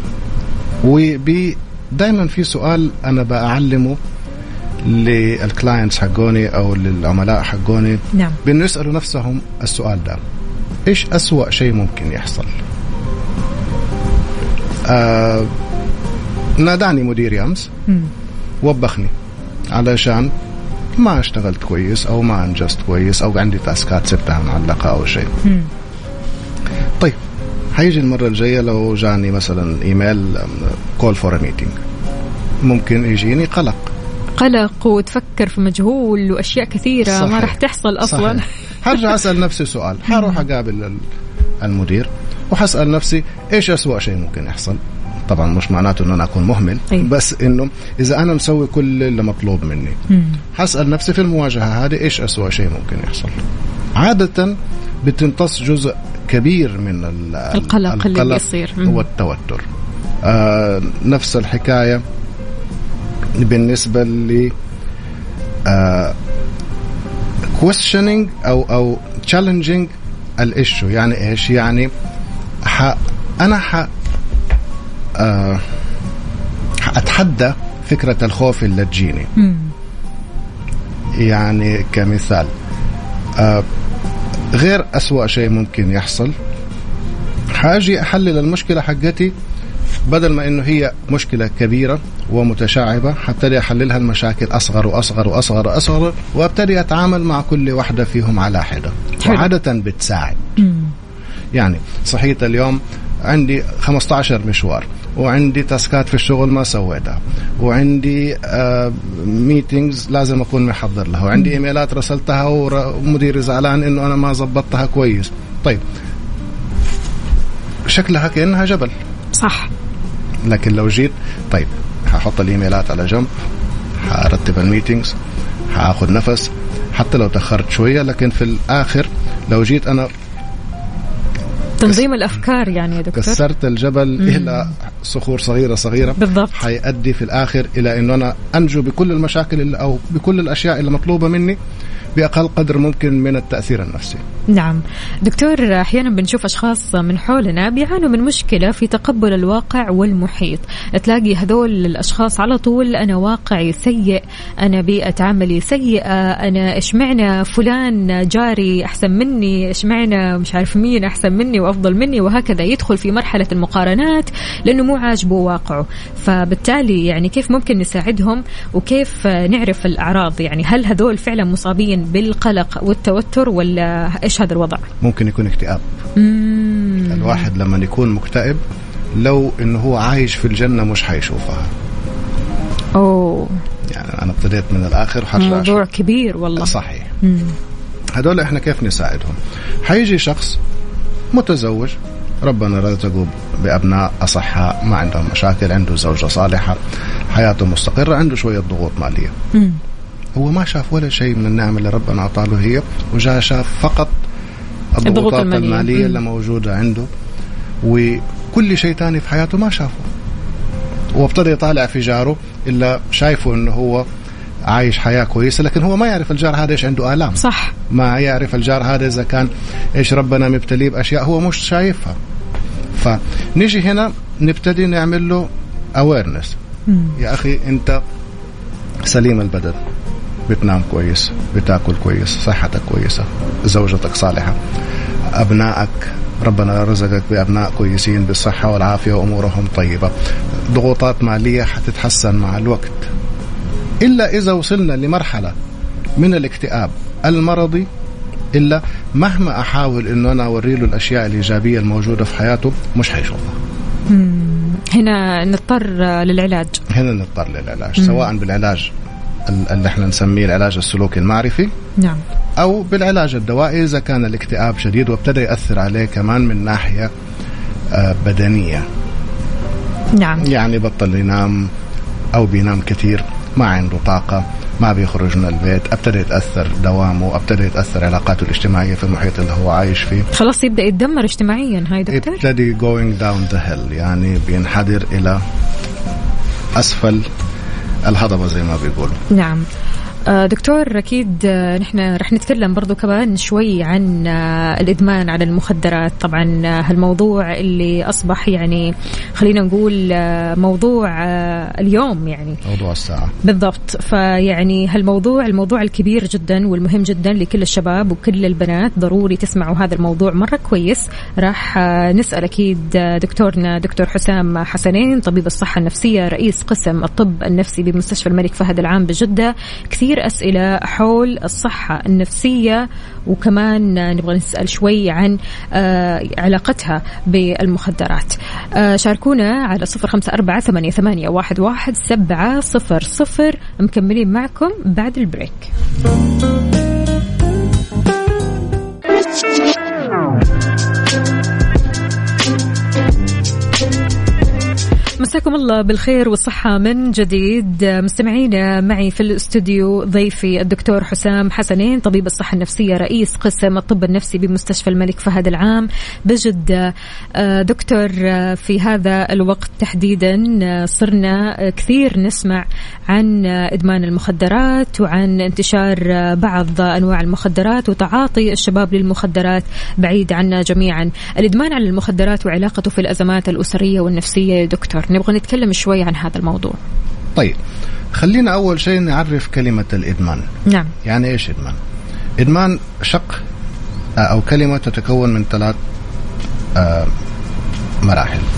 وب دائما في سؤال أنا بأعلمه للكلاينتس حقوني أو للعملاء حقوني. نعم. بأنه يسألوا نفسهم السؤال ده: إيش أسوأ شيء ممكن يحصل؟ آه ناداني مديري أمس، وبخني علشان ما اشتغلت كويس أو ما أنجزت كويس أو عندي تاسكات سبتها معلقة أو شيء. مم. طيب هيجي المرة الجاية لو جاني مثلا إيميل call for a meeting، ممكن يجيني قلق قلق وتفكر في مجهول وأشياء كثيرة. صحيح. ما راح تحصل أصلا. هرجع أسأل نفسي سؤال، حروح أقابل المدير وحسأل نفسي إيش أسوأ شيء ممكن يحصل. طبعا مش معناته أن أنا أكون مهمل، أي. بس إنه إذا أنا مسوي كل اللي مطلوب مني، مم. حسأل نفسي في المواجهة هذه إيش أسوأ شيء ممكن يحصل. عادة بتمتص جزء كبير من القلق, القلق اللي بيصير والتوتر. آه نفس الحكاية بالنسبة ل آه questioning أو أو challenging الإشو. يعني إيش؟ يعني ح أنا ح آه أتحدى فكرة الخوف اللي تجيني. مم. يعني كمثال، آه غير أسوأ شيء ممكن يحصل، حاجي أحلل المشكلة حقتي بدل ما إنه هي مشكلة كبيرة ومتشعبة حبتدي أحللها المشاكل أصغر وأصغر وأصغر وأصغر وأبتدي أتعامل مع كل واحدة فيهم على حدة، وعادة بتساعد. يعني صحيت اليوم عندي خمسة عشر مشوار، وعندي تاسكات في الشغل ما سويتها، وعندي آه ميتينجز لازم أكون محضر لها، وعندي إيميلات رسلتها ومديري زعلان إنه أنا ما زبطتها كويس. طيب شكلها كأنها جبل، صح. لكن لو جيت طيب هحط الإيميلات على جنب، هرتب الميتينجز، هاخد نفس حتى لو تأخرت شوية، لكن في الآخر لو جيت أنا تنظيم الأفكار يعني يا دكتور كسرت الجبل مم. إلى صخور صغيرة صغيرة بالضبط، حيؤدي في الآخر إلى إنه أنا أنجو بكل المشاكل اللي أو بكل الأشياء اللي مطلوبة مني بأقل قدر ممكن من التأثير النفسي. نعم دكتور، أحيانا بنشوف أشخاص من حولنا بيعانوا من مشكلة في تقبل الواقع والمحيط، تلاقي هذول الأشخاص على طول أنا واقعي سيء، أنا بيئة عملي سيئة، أنا إيش معنى فلان جاري أحسن مني، إيش معنى مش عارف مين أحسن مني وأفضل مني، وهكذا يدخل في مرحلة المقارنات لأنه مو عاجبه واقعه. فبالتالي يعني كيف ممكن نساعدهم وكيف نعرف الأعراض؟ يعني هل هذول فعلا مصابين بالقلق والتوتر ولا إيش هذا الوضع؟ ممكن يكون اكتئاب. مم. الواحد لما يكون مكتئب لو إنه هو عايش في الجنة مش حيشوفها. أوه. يعني أنا ابتديت من الآخر وحرجع. موضوع كبير والله. صحيح. مم. هدول إحنا كيف نساعدهم؟ حيجي شخص متزوج ربنا رزقه بأبناء أصحاء ما عندهم مشاكل، عنده زوجة صالحة، حياته مستقرة، عنده شوية ضغوط مالية. مم. هو ما شاف ولا شيء من النعم اللي ربنا أعطاله هي، وجاء شاف فقط الضغوطات المالية, المالية اللي موجودة عنده، وكل شيء تاني في حياته ما شافه. وابتدى يطالع في جاره إلا شايفه إنه هو عايش حياة كويسة، لكن هو ما يعرف الجار هذا إيش عنده آلام. صح. ما يعرف الجار هذا إذا كان إيش ربنا مبتليه بأشياء هو مش شايفها. فنيجي هنا نبتدي نعمل له awareness. يا أخي أنت سليم البدن، بتنام كويس، بتاكل كويس، صحتك كويسة، زوجتك صالحة، أبنائك ربنا رزقك بأبناء كويسين بالصحة والعافية وأمورهم طيبة، ضغوطات مالية حتتحسن مع الوقت. إلا إذا وصلنا لمرحلة من الاكتئاب المرضي، إلا مهما أحاول إنه أنا أوري له الأشياء الإيجابية الموجودة في حياته مش حيشوفها. هنا نضطر للعلاج. هنا نضطر للعلاج، سواء بالعلاج اللي احنا نسميه العلاج السلوكي المعرفي، نعم، أو بالعلاج الدوائي إذا كان الاكتئاب شديد وابتدى يأثر عليه كمان من ناحية بدنية. نعم. يعني بطل ينام أو بينام كثير، ما عنده طاقة، ما بيخرج من البيت، ابتدى يتأثر دوامه، ابتدى يتأثر علاقاته الاجتماعية في المحيط اللي هو عايش فيه، خلاص يبدأ يتدمر اجتماعيا. هاي دكتور ابتدى going down the hill، يعني بينحدر إلى أسفل الهضبة زي ما بيقولوا. نعم دكتور، أكيد نحن رح نتكلم برضو كمان شوي عن الإدمان على المخدرات. طبعا هالموضوع اللي أصبح يعني خلينا نقول موضوع اليوم، يعني موضوع الساعة بالضبط. فيعني هالموضوع الموضوع الكبير جدا والمهم جدا لكل الشباب وكل البنات، ضروري تسمعوا هذا الموضوع مرة كويس. راح نسأل أكيد دكتورنا دكتور حسام حسنين، طبيب الصحة النفسية، رئيس قسم الطب النفسي بمستشفى الملك فهد العام بجدة، كثير أسئلة حول الصحة النفسية، وكمان نبغى نسأل شوي عن علاقتها بالمخدرات. شاركونا على صفر خمسة أربعة ثمانية ثمانية واحد واحد سبعة صفر صفر. مكملين معكم بعد البريك. مساكم الله بالخير والصحة من جديد. مستمعينا، معي في الاستوديو ضيفي الدكتور حسام حسنين، طبيب الصحة النفسية، رئيس قسم الطب النفسي بمستشفى الملك فهد العام بجدة. دكتور، في هذا الوقت تحديدا صرنا كثير نسمع عن إدمان المخدرات وعن انتشار بعض أنواع المخدرات وتعاطي الشباب للمخدرات بعيد عنا جميعا. الإدمان على المخدرات وعلاقته في الأزمات الأسرية والنفسية يا دكتور، نبغى نتكلم شوي عن هذا الموضوع. طيب خلينا أول شيء نعرف كلمة الإدمان. نعم. يعني إيش إدمان؟ إدمان شق أو كلمة تتكون من ثلاث مراحل.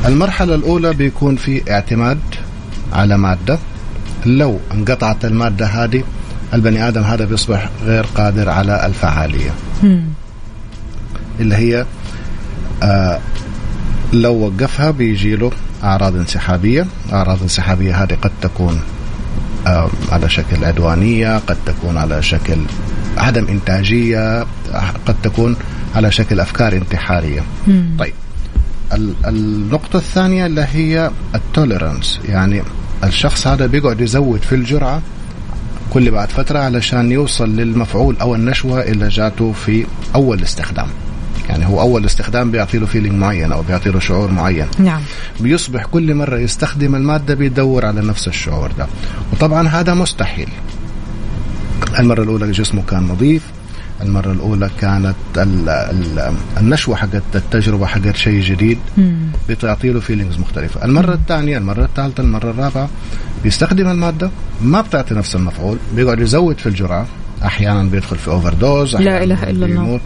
المرحلة الأولى بيكون في اعتماد على مادة. لو انقطعت المادة هذه البني آدم هذا بيصبح غير قادر على الفعالية م. اللي هي آه لو وقفها بيجي له أعراض انسحابية. أعراض انسحابية هذه قد تكون آه على شكل عدوانية، قد تكون على شكل عدم إنتاجية، قد تكون على شكل أفكار انتحارية. م. طيب النقطة الثانية اللي هي التوليرانس، يعني الشخص هذا بيقعد يزود في الجرعة كل بعد فترة علشان يوصل للمفعول أو النشوة اللي جاته في أول استخدام. يعني هو أول استخدام بيعطي له فيلينج معين أو بيعطي له شعور معين. نعم. بيصبح كل مرة يستخدم المادة بيدور على نفس الشعور ده، وطبعا هذا مستحيل. المرة الأولى جسمه كان نظيف، المرة الأولى كانت ال ال النشوة حقت التجربة حقت شيء جديد بتعطي له فيلينجز مختلفة. المرة الثانية، المرة الثالثة، المرة الرابعة بيستخدم المادة ما بتعطي نفس المفعول، بيقعد يزود في الجرعة، أحيانا بيدخل في أوفر دوز، لا إله إلا الله.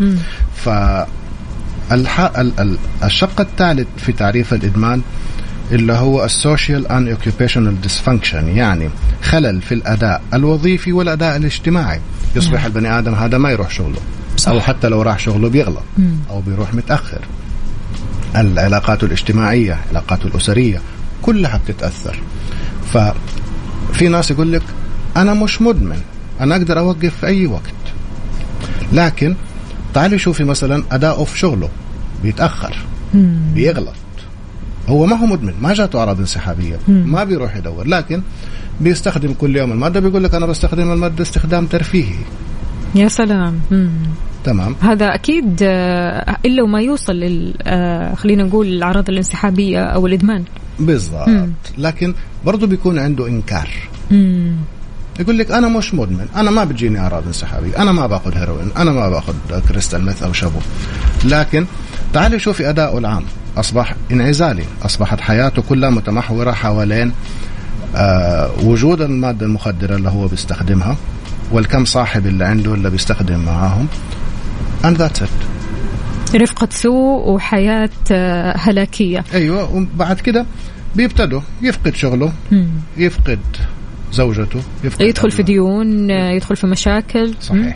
فالشق الثالث في تعريف الإدمان اللي هو السوشيال and occupational dysfunction، يعني خلل في الأداء الوظيفي والأداء الاجتماعي. يصبح البني آدم هذا ما يروح شغله، صح. أو حتى لو راح شغله بيغلط مم. أو بيروح متأخر. العلاقات الاجتماعية، العلاقات الأسرية كلها بتتأثر. ففي ناس يقول لك أنا مش مدمن، أنا أقدر أوقف في أي وقت، لكن تعالي شوفي مثلا أداؤه في شغله بيتأخر مم. بيغلط. هو ما هو مدمن، ما جاته أعراض انسحابية، مم. ما بيروح يدور، لكن بيستخدم كل يوم المادة. بيقول لك أنا بستخدم المادة استخدام ترفيهي. يا سلام. مم. تمام. هذا أكيد إلا وما يوصل لل خلينا نقول الأعراض الانسحابية أو الإدمان. بالضبط. لكن برضو بيكون عنده إنكار. مم. يقول لك أنا مش مدمن، أنا ما بتجيني أعراض انسحابية، أنا ما باخذ هيروين، أنا ما باخذ كريستال ميث أو شابو. لكن تعالي شوفي أداؤه العام، أصبح انعزالي، أصبحت حياته كلها متمحورة حوالين آه وجود المادة المخدرة اللي هو بيستخدمها والكم صاحب اللي عنده اللي بيستخدم معاهم، and that's it. رفقة سوء وحياة آه هلاكية. أيوة. وبعد كده بيبتدوا يفقد شغله، مم. يفقد زوجته، يفقد يدخل في ديون، يدخل في مشاكل. صحيح.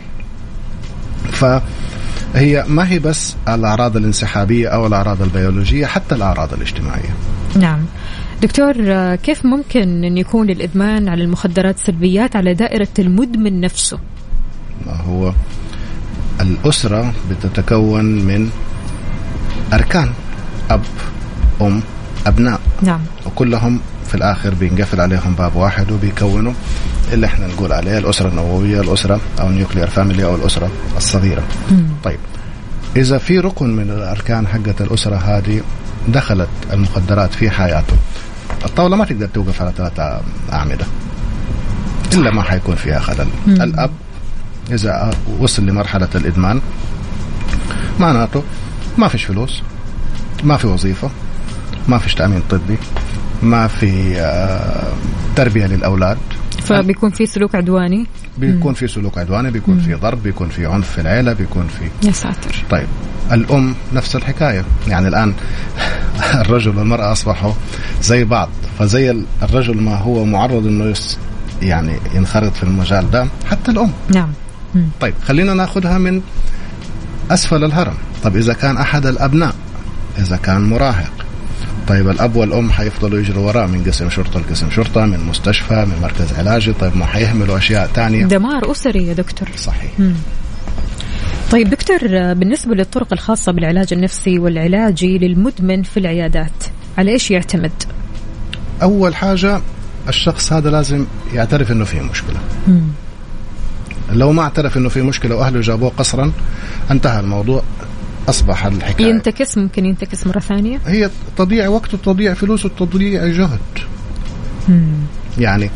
فهي ما هي بس الأعراض الانسحابية أو الأعراض البيولوجية، حتى الأعراض الاجتماعية. نعم دكتور، كيف ممكن أن يكون الإدمان على المخدرات سلبيات على دائرة المدمن نفسه؟ ما هو الأسرة بتتكون من أركان، أب، أم، أبناء. نعم. وكلهم في الآخر بينقفل عليهم باب واحد وبيكونوا اللي احنا نقول عليه الأسرة النووية، الأسرة أو النيوكلير فاميلي أو الأسرة الصغيرة. مم. طيب إذا في ركن من الأركان حقة الأسرة هذه دخلت المخدرات في حياته، الطاولة ما تقدر توقف على ثلاثة أعمدة إلا ما حيكون فيها خلل. مم. الأب إذا وصل لمرحلة الإدمان معناته ما فيش فلوس، ما في وظيفة، ما فيش تأمين طبي، ما في تربية للأولاد، فبيكون في سلوك عدواني، بيكون في سلوك عدواني، بيكون في ضرب، بيكون في عنف في العيلة، بيكون في يا ساتر. طيب الأم نفس الحكاية. يعني الآن الرجل والمرأة أصبحوا زي بعض، فزي الرجل ما هو معرض إنه يعني ينخرط في المجال ده، حتى الأم. نعم. مم. طيب خلينا ناخدها من أسفل الهرم. طب إذا كان أحد الأبناء، إذا كان مراهق، طيب الأب والأم حيفضلوا يجروا وراء من قسم شرطة لقسم شرطة، من مستشفى، من مركز علاجي. طيب ما حيهملوا أشياء تانية، دمار أسري يا دكتور. صحيح. مم. طيب دكتور، بالنسبة للطرق الخاصة بالعلاج النفسي والعلاجي للمدمن في العيادات، على إيش يعتمد؟ أول حاجة الشخص هذا لازم يعترف إنه فيه مشكلة. مم. لو ما اعترف إنه فيه مشكلة وأهله جابوه قصرا انتهى الموضوع، أصبح الحكاية ينتكس. ممكن ينتكس مرة ثانية. هي تضيع وقت وتضيع فلوس وتضيع جهد. مم. يعني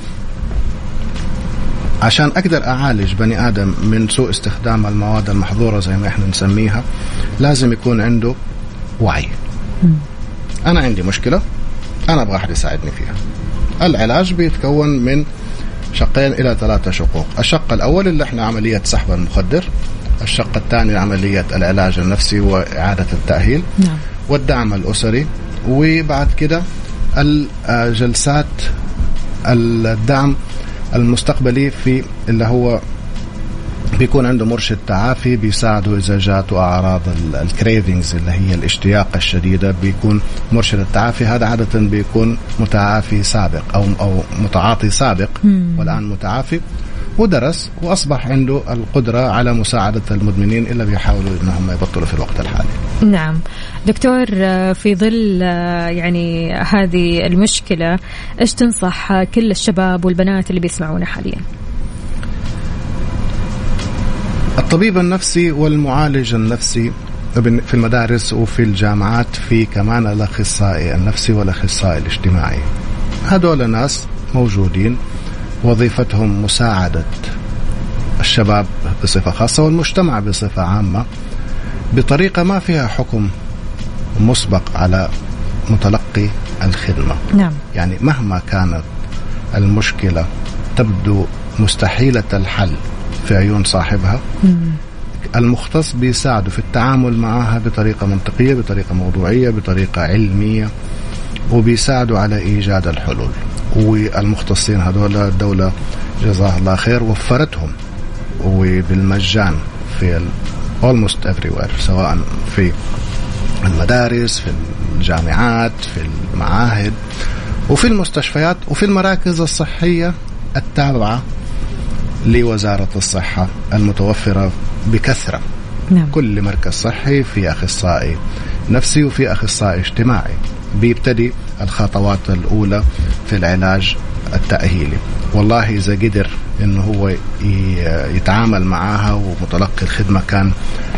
عشان أقدر أعالج بني آدم من سوء استخدام المواد المحظورة زي ما إحنا نسميها، لازم يكون عنده وعي. مم. أنا عندي مشكلة، أنا أبغى أحد يساعدني فيها. العلاج بيتكون من شقين إلى ثلاثة شقوق. الشق الأول اللي إحنا عملية سحب المخدر، الشق الثاني عملية العلاج النفسي وإعادة التأهيل. نعم. والدعم الأسري وبعد كده الجلسات الدعم المستقبلي في اللي هو بيكون عنده مرشد تعافي بيساعده إذا جاته أعراض الكريفينجز اللي هي الاشتياق الشديدة. بيكون مرشد التعافي هذا عادة بيكون متعافي سابق أو أو متعاطي سابق والآن متعافي، ودرس وأصبح عنده القدرة على مساعدة المدمنين اللي بيحاولوا إنهم يبطلوا في الوقت الحالي. نعم دكتور، في ظل يعني هذه المشكلة إيش تنصح كل الشباب والبنات اللي بيسمعونا حاليا؟ الطبيب النفسي والمعالج النفسي في المدارس وفي الجامعات، في كمان الأخصائي النفسي والأخصائي الاجتماعي، هذول ناس موجودين وظيفتهم مساعدة الشباب بصفة خاصة والمجتمع بصفة عامة بطريقة ما فيها حكم مسبق على متلقي الخدمة. نعم. يعني مهما كانت المشكلة تبدو مستحيلة الحل في عيون صاحبها، مم. المختص بيساعده في التعامل معها بطريقة منطقية، بطريقة موضوعية، بطريقة علمية، وبيساعدوا على إيجاد الحلول. والمختصين هذول الدولة جزاها الله خير وفرتهم وبالمجان في almost everywhere، سواء في المدارس، في الجامعات، في المعاهد، وفي المستشفيات، وفي المراكز الصحية التابعة لوزارة الصحة المتوفرة بكثرة. نعم. كل مركز صحي في أخصائي نفسي وفي أخصائي اجتماعي بيبتدي الخطوات الأولى في العلاج التأهيلي. والله إذا قدر إنه هو يتعامل معها ومتلقي الخدمة كان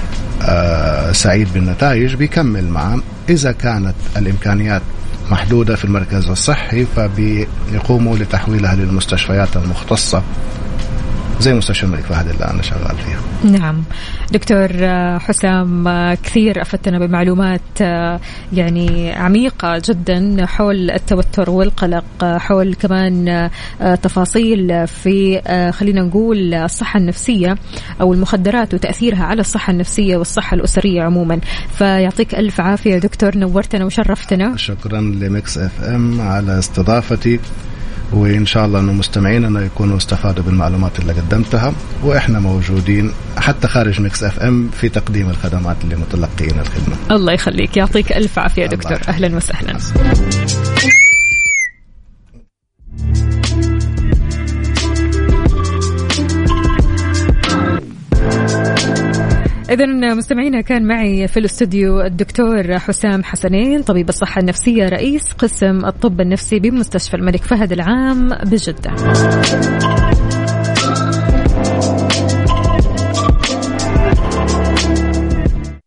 سعيد بالنتائج بيكمل معه. إذا كانت الإمكانيات محدودة في المركز الصحي فبيقوموا لتحويلها للمستشفيات المختصة زي مستشفى الملك فهد اللي أنا شغال فيها. نعم دكتور حسام، كثير أفدتنا بمعلومات يعني عميقة جدا حول التوتر والقلق، حول كمان تفاصيل في خلينا نقول الصحة النفسية أو المخدرات وتأثيرها على الصحة النفسية والصحة الأسرية عموما. فيعطيك ألف عافية دكتور، نورتنا وشرفتنا. شكرا لميكس اف ام على استضافتي، وإن شاء الله أنه مستمعيننا يكونوا استفادوا بالمعلومات اللي قدمتها، وإحنا موجودين حتى خارج ميكس اف ام في تقديم الخدمات لمتلقين الخدمة. الله يخليك، يعطيك ألف عافية دكتور، أهلا وسهلا. إذن مستمعينا كان معي في الاستوديو الدكتور حسام حسنين، طبيب الصحة النفسية، رئيس قسم الطب النفسي بمستشفى الملك فهد العام بجدة.